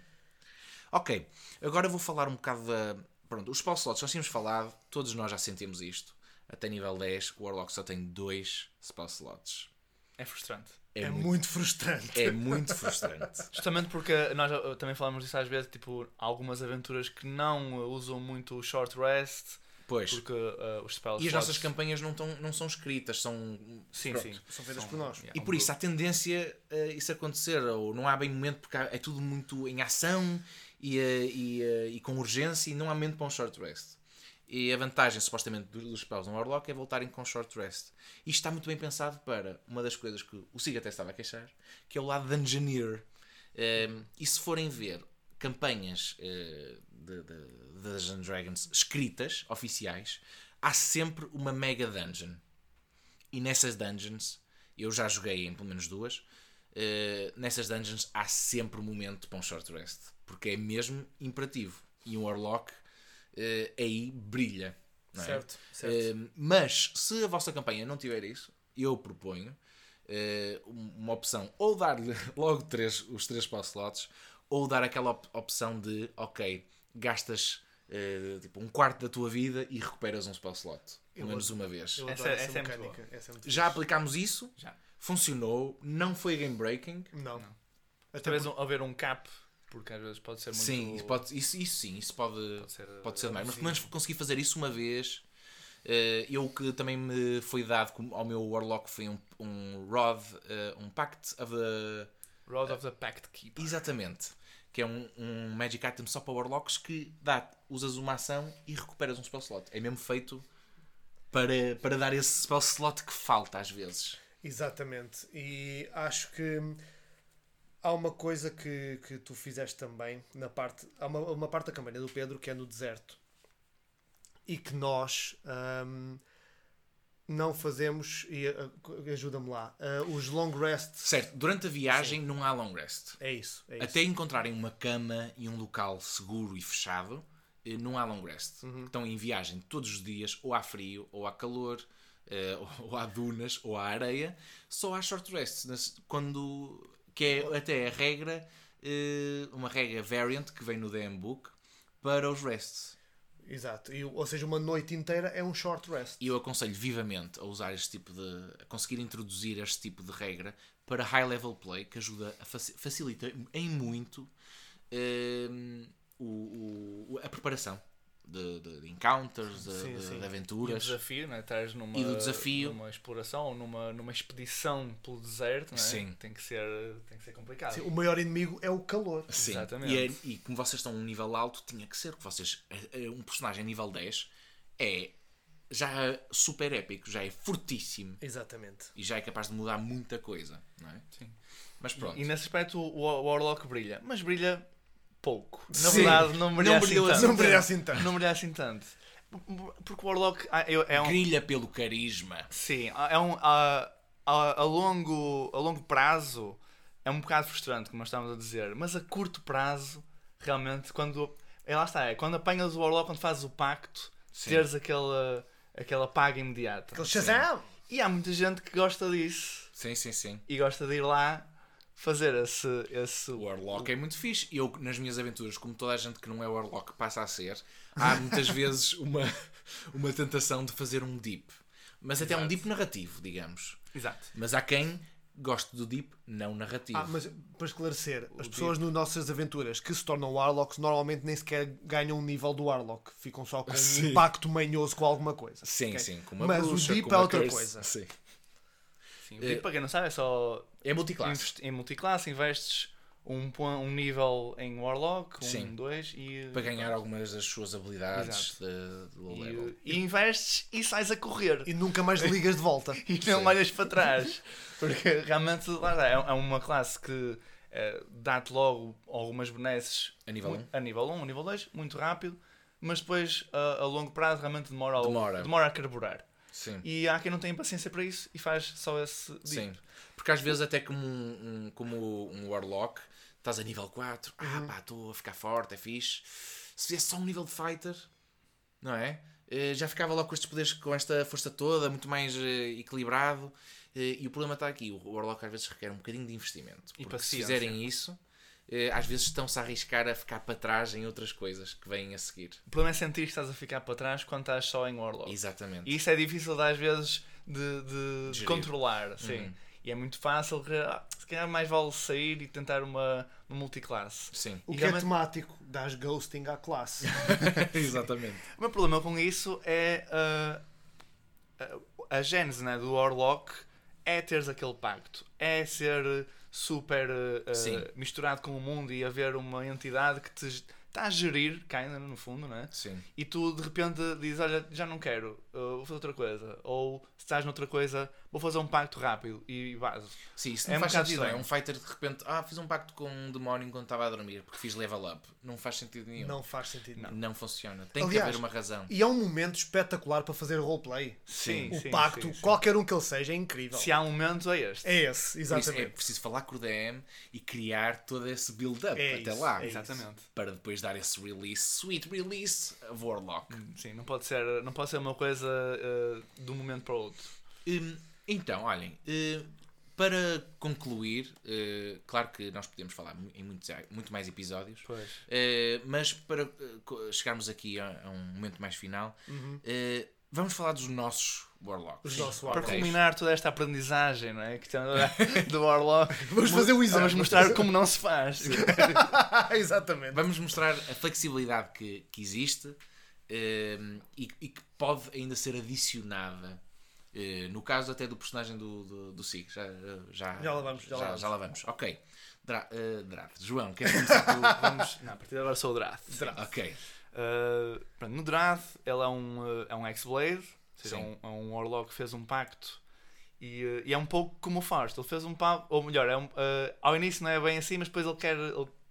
Ok, agora vou falar um bocado da... Pronto, os spell slots, já tínhamos falado, todos nós já sentimos isto. Até nível dez, o Warlock só tem dois spell slots. É frustrante. É, É muito, muito frustrante. é muito frustrante. Justamente porque nós uh, também falamos disso às vezes, tipo, há algumas aventuras que não uh, usam muito o short rest, Pois. porque uh, os spells E as slots- nossas campanhas não, tão, não são escritas, são... Sim, pronto. sim. São feitas São- por nós. yeah. E por isso há tendência a isso acontecer, ou não há bem momento, porque há- é tudo muito em ação e, eh, e, eh, e com urgência, e não há momento para um short rest. E a vantagem, supostamente, dos dos spells no Warlock é voltarem com short rest. Isto está muito bem pensado para uma das coisas que o Sig até estava a queixar, que é o lado Dungeoneer. Um, e se forem ver campanhas uh, de, de, de Dungeons and Dragons escritas, oficiais, há sempre uma mega dungeon. E nessas dungeons, eu já joguei em pelo menos duas, uh, nessas dungeons há sempre um momento para um short rest. Porque é mesmo imperativo. E um Warlock uh, aí brilha. Não é? Certo, certo. Uh, mas se a vossa campanha não tiver isso, eu proponho uh, uma opção, ou dar-lhe logo três, os três spell slots, ou dar aquela op- opção de, ok, gastas uh, tipo, um quarto da tua vida e recuperas um spell slot. Pelo Eu menos adoro- uma vez. Eu Essa- adoro essa, essa é muito mecânica. Essa é muito Já fixe. aplicámos isso, Já. funcionou, não foi game breaking. Não. Não. Até Talvez porque- haver um cap, porque às vezes pode ser muito... Sim, isso, pode, isso, isso sim, isso pode, pode ser, pode ser demais. Mas sim. pelo menos consegui fazer isso uma vez. Uh, eu que também me foi dado como- ao meu Warlock foi um, um Rod, uh, um Pact of the... Rod of the Pact Keeper. Exatamente. Que é um, um Magic Item só para Warlocks que dá, usas uma ação e recuperas um spell slot. É mesmo feito para, para dar esse spell slot que falta às vezes. Exatamente. E acho que há uma coisa que, que tu fizeste também na parte. Há uma, uma parte da campanha do Pedro que é no deserto. E que nós hum, não fazemos, e uh, ajuda-me lá, uh, os long rests. Certo, durante a viagem Sim. não há long rest. É isso. É Até isso. encontrarem uma cama e um local seguro e fechado, não há long rest. Uhum. Estão em viagem todos os dias, ou há frio, ou há calor, uh, ou há dunas, ou há areia. Só há short rests, quando, que é até a regra, uh, uma regra variant que vem no D M Book para os rests. Exato, e, ou seja, uma noite inteira é um short rest. E eu aconselho vivamente a usar este tipo de... a conseguir introduzir este tipo de regra para high level play, que ajuda a faci- facilita em muito uh, o, o, a preparação de, de, de encounters, de, sim, de, sim. de aventuras. E o desafio, não é? Estás numa, E do desafio. numa exploração ou numa, numa expedição pelo deserto, não é? Sim. Tem que ser, tem que ser complicado. Sim, o maior inimigo é o calor. Sim. Exatamente. E, é, e como vocês estão a um nível alto, tinha que ser que vocês... Um personagem nível dez é já super épico, já é fortíssimo. Exatamente. E já é capaz de mudar muita coisa, não é? Sim. Mas pronto. E, e nesse aspecto o, o Warlock brilha. Mas brilha pouco. Na Sim. verdade, não brilha, Não assim, brilhou tanto. assim Não brilha assim tanto. Não brilha assim tanto. Porque o Warlock ah, eu- é um... Brilha pelo carisma. Sim, é um... A, a, a, longo, a longo prazo é um bocado frustrante, como nós estávamos a dizer. Mas a curto prazo, realmente, quando... É, lá está, é quando apanhas o Warlock, quando fazes o pacto, Sim. teres aquela, aquela paga imediata. Aquele Shazam! E há muita gente que gosta disso. Sim, sim, sim. E gosta de ir lá fazer esse... esse... O Warlock é muito fixe. Eu, nas minhas aventuras, como toda a gente que não é Warlock passa a ser, há muitas vezes uma, uma tentação de fazer um dip. Mas até Exato. um dip narrativo, digamos. Exato. Mas há quem goste do dip não narrativo. Ah, mas para esclarecer, as O pessoas nas nossas aventuras que se tornam Warlocks normalmente nem sequer ganham o nível do Warlock. Ficam só com um Sim. impacto manhoso com alguma coisa. Sim, ok? sim. Com uma Mas bruxa, o dip com é uma outra curse. coisa. Sim. Sim, o tipo, para quem não sabe, é só É multiclasse. invest- em multiclasse, investes um, po- um nível em Warlock, um, Sim. dois e Para ganhar algumas das suas habilidades de, de low level. e, e investes e sais a correr E nunca mais ligas de volta. e não Sim. olhas para trás, porque realmente lá está, é, é uma classe que eh, dá-te logo algumas benesses A nível mu- um. a nível um, a nível dois, muito rápido, mas depois a, a longo prazo realmente demora, ao- Demora. demora a carburar. Sim. E há quem não tem paciência para isso e faz só esse dip. Sim. Porque às vezes até como um, um- como um Warlock, estás a nível quatro, ah pá, estou a ficar forte, é fixe. Se fizesse só um nível de fighter, não é? Eh, Já ficava logo com estes poderes, com esta força toda, muito mais eh, equilibrado. Eh, E o problema está aqui, o Warlock às vezes requer um bocadinho de investimento. E Porque se paciência. fizerem isso, eh, às vezes estão-se a arriscar a ficar para trás em outras coisas que vêm a seguir. O problema é sentir que estás a ficar para trás quando estás só em Warlock. Exatamente. E isso é difícil às vezes de, de- de Gerir. controlar. Sim. Uhum. E é muito fácil. que, ah, se calhar mais vale sair e tentar uma, uma multiclasse. Sim. O E que é realmente- temático, dás ghosting à classe. Exatamente. O meu problema com isso é ah, a, a gênese, né, do Warlock é teres aquele pacto. É ser super ah, Sim. misturado com o mundo e haver uma entidade que te está a gerir, cá ainda no fundo, não é? Sim. E tu de repente dizes, olha, já não quero, uh, vou fazer outra coisa. Ou se estás noutra coisa, vou fazer um pacto rápido e vazo. Sim, isso É não um faz bocado sentido. É estranho. um fighter de repente, ah, fiz um pacto com um demónio enquanto estava a dormir porque fiz level up. Não faz sentido nenhum. Não faz sentido. Não. Não funciona. Tem que Aliás, haver uma razão. E é um momento espetacular para fazer roleplay. Sim, O sim, pacto, sim, sim. qualquer um que ele seja, é incrível. Se há um momento, é este. É esse, Por isso é exatamente. preciso falar com o D M e criar todo esse build-up É até isso, lá. é Exatamente. Para depois dar esse release, sweet release of Warlock. Sim, não pode ser, não pode ser uma coisa uh, de um momento para o outro. Hum, então, olhem, hum, para concluir, hum, claro que nós podemos falar mu- em muitos, muito mais episódios, Pois. hum, mas para hum, co- chegarmos aqui a, a um momento mais final, Uhum. hum, vamos falar dos nossos Warlocks. Os nossos Para Warlocks. culminar toda esta aprendizagem, não é? Que estamos do Warlock. Vamos fazer o exame. Vamos mostrar como não se faz. Exatamente. Vamos mostrar a flexibilidade que, que existe hum, e, e que pode ainda ser adicionada. Uh, no caso até do personagem do, do, do Sig. Já, já, Já lá vamos, já Já, lá vamos. já lá vamos. Ok. Dra, uh, Drath. João, queres começar tu? Vamos, não, a partir de agora sou o Drath. Drath. Ok. Uh, pronto, no Drath ele é um, uh, é um X-Blade, ou seja, Sim. um, é um Warlock que fez um pacto e, uh, e é um pouco como o Faust. Ele fez um pacto, ou melhor, é um, uh, ao início não é bem assim, mas depois ele quer, ele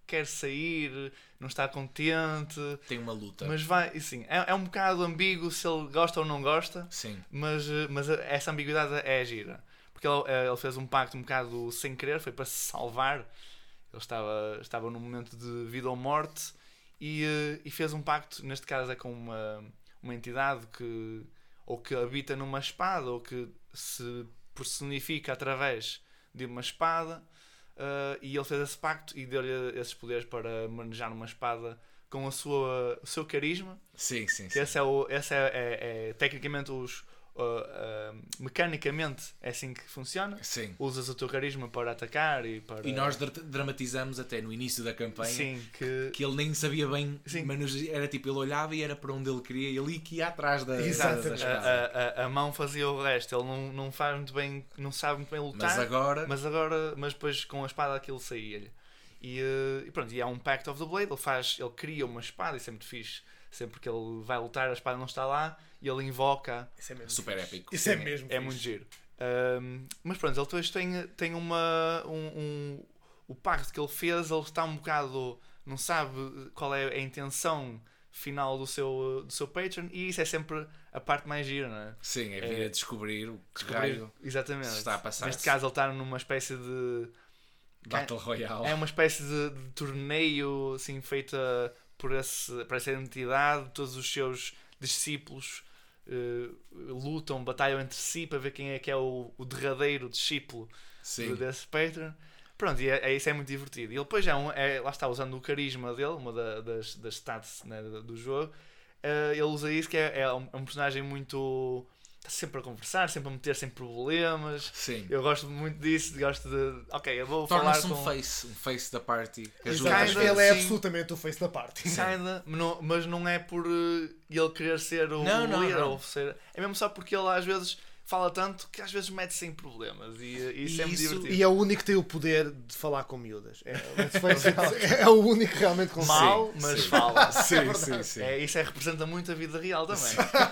quer sair, não está contente. Tem uma luta. Mas vai, assim, é, é um bocado ambíguo se ele gosta ou não gosta. Sim. Mas, mas essa ambiguidade é gira. Porque ele, ele fez um pacto um bocado sem querer, foi para se salvar. Ele estava, estava num momento de vida ou morte e, e fez um pacto, neste caso é com uma, uma entidade que ou que habita numa espada ou que se personifica através de uma espada. Uh, e ele fez esse pacto e deu-lhe esses poderes para manejar uma espada com a sua, o seu carisma. Sim, sim, que sim. Esse, é, o, esse é, é, é tecnicamente os, uh, uh, mecanicamente é assim que funciona. Sim. Usas o teu carisma para atacar e para... E nós dra- dramatizamos até no início da campanha. Sim, que... Que ele nem sabia bem, Sim. mas era tipo, ele olhava e era para onde ele queria, ele que ia atrás da, Exato. da, da a, espada. a, a, a mão fazia o resto. Ele não, não faz muito bem, não sabe muito bem lutar. Mas agora, Mas agora, mas depois com a espada aquilo saía-lhe. E, uh, e pronto, e há um Pact of the Blade, ele faz, ele cria uma espada, isso é muito fixe. Sempre que ele vai lutar, a espada não está lá e ele invoca. Isso é mesmo super fixe. épico. Isso é Sim, mesmo É fixe. muito giro. Um, mas pronto, ele depois tem, tem uma. Um, um, o pacto que ele fez, ele está um bocado. Não sabe qual é a intenção final do seu, do seu patron e isso é sempre a parte mais gira, não é? Sim, é vir É- a descobrir o que Descobrir- raio Exatamente. se está a passar. Neste caso, ele está numa espécie de. Battle Royale. É uma espécie de, de torneio assim, feita por, esse, por essa entidade, todos os seus discípulos eh, lutam, batalham entre si para ver quem é que é o, o derradeiro discípulo Sim. desse patron. Pronto, e é, é, isso é muito divertido. E ele depois é, um, é lá está, usando o carisma dele, uma da- das, das stats, né, do, do jogo, eh, ele usa isso que é, é, um, é um personagem muito... Está sempre a conversar, sempre a meter sem problemas. Sim. Eu gosto muito disso, gosto de... Ok, eu vou falar Torna-se com... um face, um face da party. Que Exato. ajuda às Kinda, vezes. Ele é sim. absolutamente o face da party. Kinda, não- mas não é por eh, ele querer ser o Não, não, líder não. ou ser... É mesmo só porque ele às vezes fala tanto que às vezes mete-se em problemas e, eh, isso é muito Isso- divertido. E é o único que tem o poder de falar com miúdas. É, o face é o único que realmente consegue. Mal, Sim, mas sim. fala. Sim, sim, sim. É, isso é, representa muito a vida real também.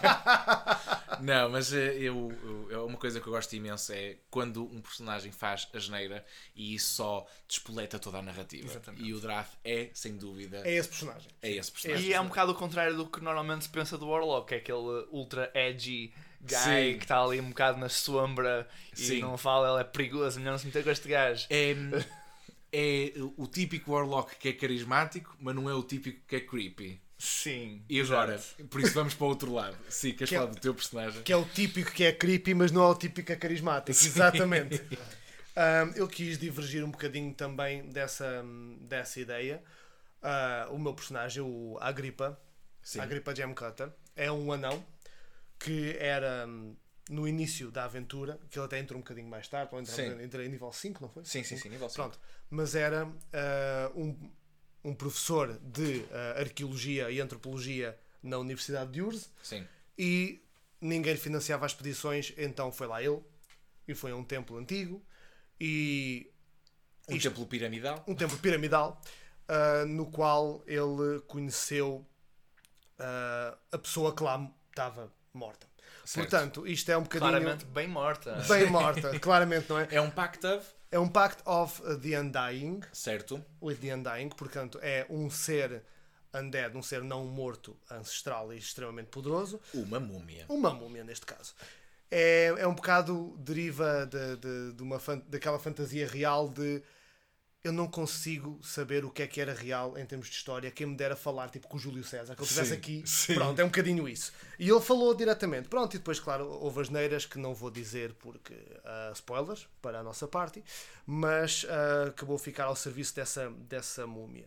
Não, mas eh, eu, eu, é uma coisa que eu gosto imenso é quando um personagem faz a geneira e isso só despoleta toda a narrativa. Exatamente. E o Drath é, sem dúvida, É esse personagem. é esse personagem. E é um bocado o contrário do que normalmente se pensa do Warlock, que é aquele ultra edgy guy Sim. que está ali um bocado na sombra e Sim. não fala, ele é perigoso, melhor não se meter com este gajo. É, é o típico Warlock que é carismático, mas não é o típico que é creepy. Sim. E agora, exato. por isso vamos para o outro lado. Sim, queres Que é- falar do teu personagem? Que é o típico que é creepy, mas não é o típico que é carismático. Exatamente. Um, eu quis divergir um bocadinho também dessa, dessa ideia. Ah, o meu personagem, o Agrippa, Sim. Agrippa Gem Cutter, é um anão que era hum, no início da aventura, que ele até entrou um bocadinho mais tarde, ou entrou, Sim. entrou em nível cinco, não foi? Sim, sim, sim, nível cinco. Pronto. Mas era ah, um, um professor de ah, arqueologia e antropologia na Universidade de Urze Sim. e ninguém lhe financiava as expedições, então foi lá ele e foi a um templo antigo e Um Isto- templo piramidal. um templo piramidal ah, no qual ele conheceu ah, a pessoa que lá estava morta. Certo. Portanto, isto é um bocadinho Claramente bem morta. bem morta, claramente, não é? É um pact of, É um Pact of the Undying, certo? with the Undying, portanto, é um ser undead, um ser não morto, ancestral e extremamente poderoso. Uma múmia. Uma múmia, neste caso. É, é um bocado deriva de, de, de uma, fan- daquela fantasia real de eu não consigo saber o que é que era real em termos de história. Quem me dera falar tipo com o Júlio César, que ele estivesse Sim, aqui. sim. Pronto, é um bocadinho isso. E ele falou diretamente. Pronto, e depois, claro, houve as neiras que não vou dizer porque ah, spoilers para a nossa parte, mas ah, acabou a ficar ao serviço dessa, dessa múmia.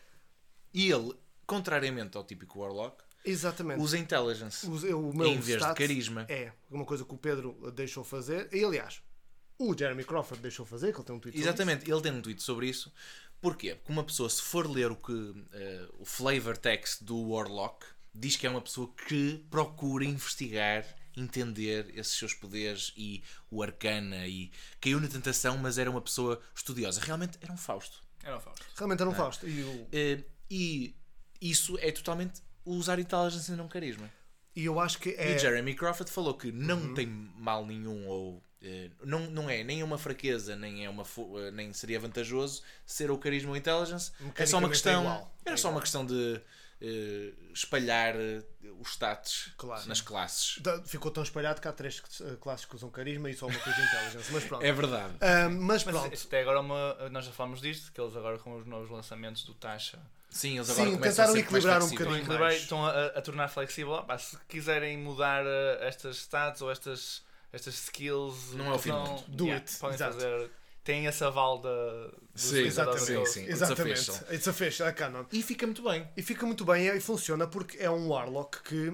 E ele, contrariamente ao típico Warlock, Exatamente. usa intelligence O, o meu em vez de stat carisma. É uma coisa que o Pedro deixou fazer. E aliás, o Jeremy Crawford deixou fazer, que ele tem um tweet sobre Exatamente, ele tem um tweet sobre isso. Porquê? Porque uma pessoa, se for ler o que eh, o flavor text do Warlock, diz que é uma pessoa que procura investigar, entender esses seus poderes e o arcana e caiu na tentação, mas era uma pessoa estudiosa. Realmente era um Fausto. Era o Fausto. isso. Realmente era um Fausto. E, o- Eh, e isso é totalmente usar intelligence e não carisma. e eu acho que E é. o Jeremy Crawford falou que não tem mal nenhum ou Uh, não, não é nem uma fraqueza, nem, é uma fo- uh, nem seria vantajoso ser o carisma ou intelligence. É só uma questão, é igual. é É só igual. uma questão de uh, espalhar uh, os status Claro. nas classes. Da- Ficou tão espalhado que há três uh, classes que usam carisma e só uma coisa intelligence. Mas pronto. É verdade. Ah, mas Mas pronto. isto é agora uma. Nós já falamos disto, que eles agora com os novos lançamentos do Tasha Sim, eles Sim, agora começam a tentaram ser mais equilibrar um flexíveis. bocadinho. estão, a, mais. estão a, a tornar flexível. Ah, pá, se quiserem mudar uh, estas stats ou estas, estas skills, Não é o fim do não- mundo. Do yeah, it, podem exato. fazer. Têm esse aval da. dos Sim, utilizadores sim, todos. sim. It's Exatamente. official. It's official, é canon. E fica muito bem. E fica muito bem e funciona porque é um Warlock que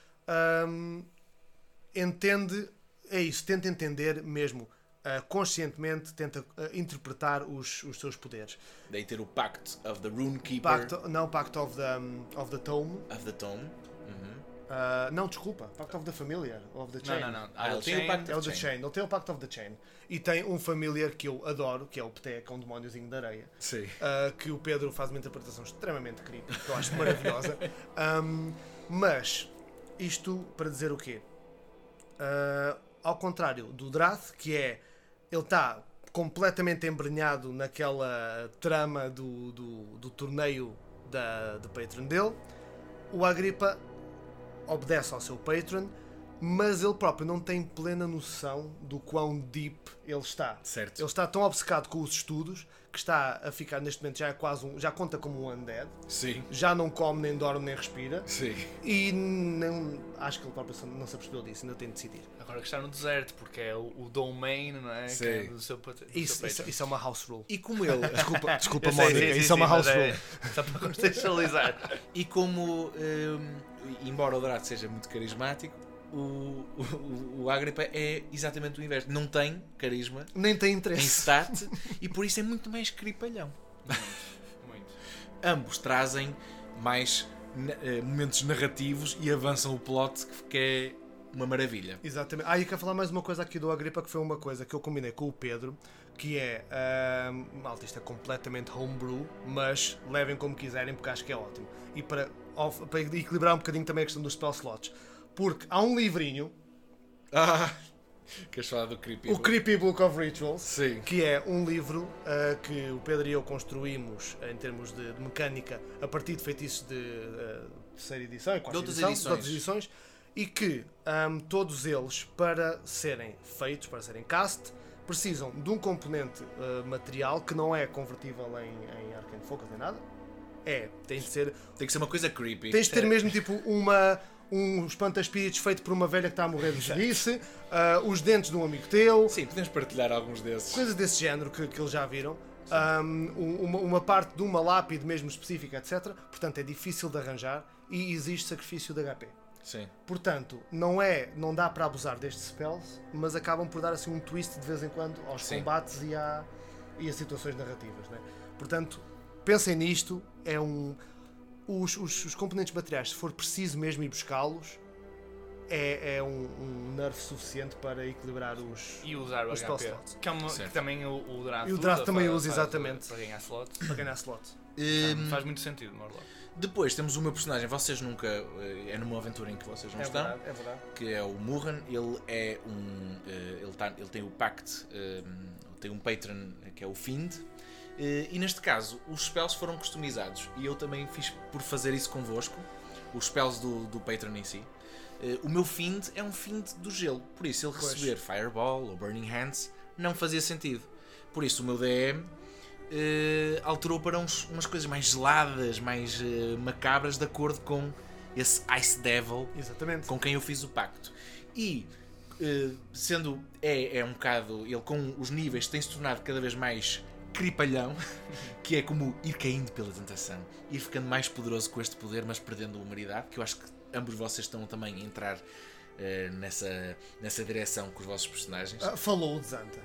ahm, entende, é isso, tenta entender mesmo ah, conscientemente, tenta ah, interpretar os, os seus poderes. Daí ter o Pact of the Runekeeper Pact, não, Pact of the, um, of the Tome. of the Tome. Uhum. Ah, não, desculpa, Pact of the Familiar, of the Não, Chain. não, não. Ah, Há ele o tem o Chain, Pacto É o of The Chain. Chain. Ele tem o Pact of the Chain. E tem um familiar que eu adoro, que é o Pté, que é um demóniozinho de areia. Sim. Uh, que o Pedro faz uma interpretação extremamente creepy, que eu acho maravilhosa. Um, mas, isto para dizer o quê? Uh, ao contrário do Drath, que é... Ele está completamente embrenhado naquela trama do, do, do torneio da, do Patreon dele. O Agrippa obedece ao seu Patreon, mas ele próprio não tem plena noção do quão deep ele está. Certo. Ele está tão obcecado com os estudos que está a ficar, neste momento, já é quase um, já conta como um undead, Sim. já não come, nem dorme, nem respira, Sim. e não, acho que ele próprio não se apercebeu disso, ainda tem de decidir. Agora que está no deserto, porque é o, o domain, não é? Sim. Que é do seu, pat- do Isso, seu isso, Patreon. isso é uma house rule. E como ele. Desculpa, desculpa Eu sei, Mónica, sim, sim, isso é uma sim, house mas rule. é só para contextualizar. E como, hum, embora o Drath seja muito carismático, o, o, o Agrippa é exatamente o inverso. Não tem carisma Nem tem em interesse. stat e por isso é muito mais cripalhão. Muito. Ambos trazem mais na- eh, momentos narrativos e avançam o plot, que- que é uma maravilha. Exatamente. Ah, e quero falar mais uma coisa aqui do Agrippa, que foi uma coisa que eu combinei com o Pedro, que é, ahm, malta, isto é completamente homebrew, mas levem como quiserem, porque acho que é ótimo. E para, of- para equilibrar um bocadinho também a questão dos spell slots, porque há um livrinho, Ah! Queres falar do creepy? o Creepy Book of Rituals, Sim. que é um livro ah, que o Pedro e eu construímos ah, em termos de, de mecânica a partir de feitiços de ah, terceira edição e quarta De outras edição, edições. de outras edições, e que ahm, todos eles, para serem feitos, para serem cast, precisam de um componente ah, material que não é convertível em, em Arcane Focus nem nada. É, tem de ser. Tem que ser uma coisa creepy. Tens de ter mesmo tipo uma, um espanta-espíritos feito por uma velha que está a morrer de velhice, ah, os dentes de um amigo teu, Sim, podemos partilhar alguns desses. coisas desse género que, que eles já viram. Um, uma, uma parte de uma lápide mesmo específica, etcétera. Portanto, é difícil de arranjar e existe sacrifício de H P. Sim. Portanto, não é, não dá para abusar destes spells, mas acabam por dar assim um twist de vez em quando aos Sim. combates e, à, e a situações narrativas, né? Portanto, pensem nisto. É um os, os, os componentes materiais, se for preciso mesmo ir buscá-los, é, é um, um nerf suficiente para equilibrar os E usar o Os H P. spell slots. Que, é uma, Certo. que também o, o Draft E o Draft usa também para- usa, para- exatamente. Para ganhar slots. para ganhar slots. Hum, Faz muito sentido, Morlock. Depois temos o meu personagem, vocês nunca. eh, É numa aventura em que vocês não É estão. verdade, é verdade. Que é o Murran. Ele é um. eh, ele, tá, ele tem o Pact, eh, tem um patron que é o Fiend. eh, e neste caso, os spells foram customizados. E eu também fiz por fazer isso convosco. Os spells do, do patron em si. Eh, o meu Fiend é um Fiend do gelo. Por isso, ele Pois. receber Fireball ou Burning Hands não fazia sentido. Por isso, o meu D M. eh, alterou para uns- umas coisas mais geladas, mais eh, macabras, de acordo com esse Ice Devil Exatamente. com quem eu fiz o pacto. E eh, sendo é, é um bocado, ele com os níveis tem se tornado cada vez mais cripalhão, que é como ir caindo pela tentação, ir ficando mais poderoso com este poder, mas perdendo a humanidade, que eu acho que ambos vocês estão também a entrar eh, nessa, nessa direção com os vossos personagens. Ah, falou o Zanta.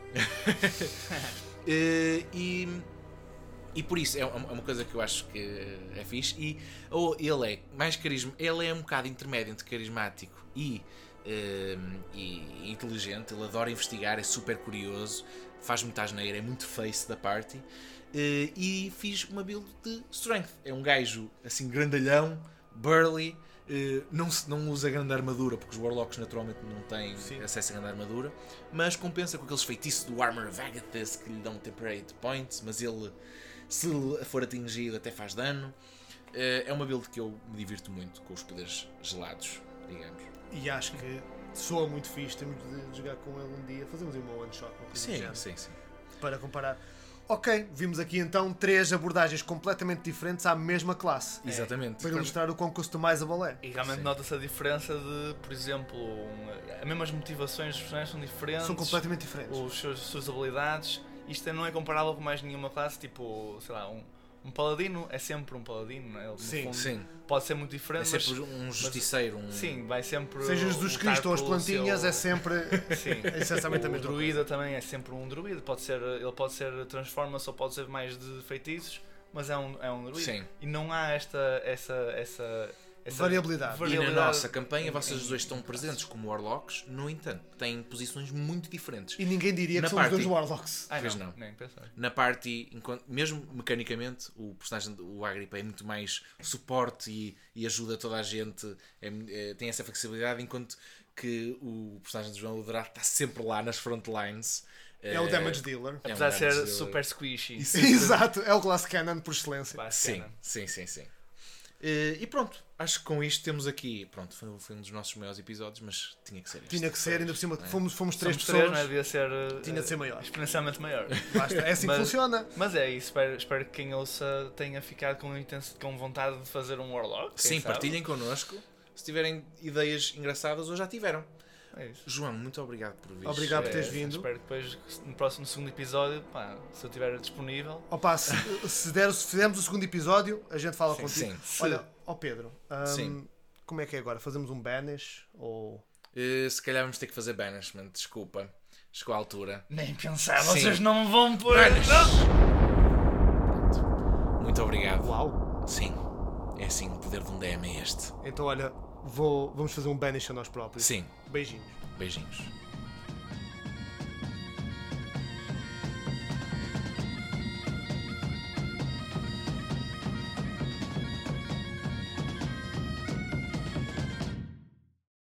Eh, e, e por isso é uma é uma coisa que eu acho que é fixe. E ou ele é mais carisma, ele é um bocado intermédio entre carismático e, eh, e inteligente. Ele adora investigar, é super curioso, faz muita asneira, é muito face da party. Eh, e fiz uma build de strength. É um gajo assim grandalhão, burly, Uh, não, se, não usa grande armadura, porque os Warlocks naturalmente não têm Sim. acesso a grande armadura, mas compensa com aqueles feitiços do Armor of Agathis que lhe dão temporary points, mas ele, se for atingido, até faz dano. Uh, é uma build que eu me divirto muito com os poderes gelados, digamos. E acho que soa muito fixe, temos de jogar com ele um dia, fazemos uma one shot, uma coisa do Sim, género, sim, sim. para comparar. Ok, vimos aqui então três abordagens completamente diferentes à mesma classe. Exatamente. Para ilustrar o quão customizable é. E realmente Sim. nota-se a diferença de, por exemplo, um, as mesmas motivações dos personagens são diferentes. São completamente diferentes. Os seus, as suas habilidades. Isto não é comparável com mais nenhuma classe, tipo, sei lá, um, um paladino é sempre um paladino, não é? Ele, no Sim, fundo, Sim. pode ser muito É diferente, sempre mas, um justiceiro. Um... sim, vai sempre. Seja Jesus lutar Cristo ou as pelo plantinhas, seu- é sempre Sim. é essencialmente a O mesma druida também é sempre um druida, pode ser, ele pode ser transforma-se ou pode ser mais de feitiços, mas é um, é um druida. Sim. E não há esta essa, essa, essa Variabilidade. E variabilidade na nossa campanha em- vocês em- dois estão presentes como Warlocks, no entanto, têm posições muito diferentes. E ninguém diria Na que somos party. dois Warlocks. Ah, Pois não, não. nem pensar. Na party, enquanto, mesmo mecanicamente, o personagem, o Agrippa, é muito mais suporte e, e ajuda toda a gente, é- é- tem essa flexibilidade, enquanto que o personagem de João Luderado está sempre lá nas frontlines. É o damage dealer. É um Apesar de ser damage dealer. super squishy. Isso. Exato, é o Glass Cannon por excelência. Basicamente. Sim, sim, sim, sim. Eh, e pronto, acho que com isto temos aqui. Pronto, foi, foi um dos nossos maiores episódios, mas tinha que ser este. Tinha que ser, ainda por cima, É. fomos, fomos três Somos pessoas. três, não é? Devia ser uh, Tinha de ser maior. exponencialmente maior. Basta, é assim que Mas- funciona. Mas é isso, espero, espero que quem ouça tenha ficado com, intenso, com vontade de fazer um Warlock. quem Sim, sabe. partilhem connosco se tiverem ideias engraçadas ou já tiveram. É isso. João, muito obrigado por vir. Obrigado por É, teres vindo. Espero que depois, no próximo segundo episódio, pá, se eu estiver disponível. Opa, se, se, der, se fizermos o segundo episódio, a gente fala Sim, contigo. sim. Olha, ó Pedro, hum, Sim. como é que é agora? Fazemos um banish? Ou... Eh, se calhar vamos ter que fazer banishment, desculpa. Chegou a altura. Nem pensar, Sim. vocês não me vão pôr. Banish. Não! Pronto. Muito obrigado. Uau! Sim, é assim, o poder de um D M é este. Então olha, vou, vamos fazer um banish a nós próprios. Sim, Beijinhos. beijinhos.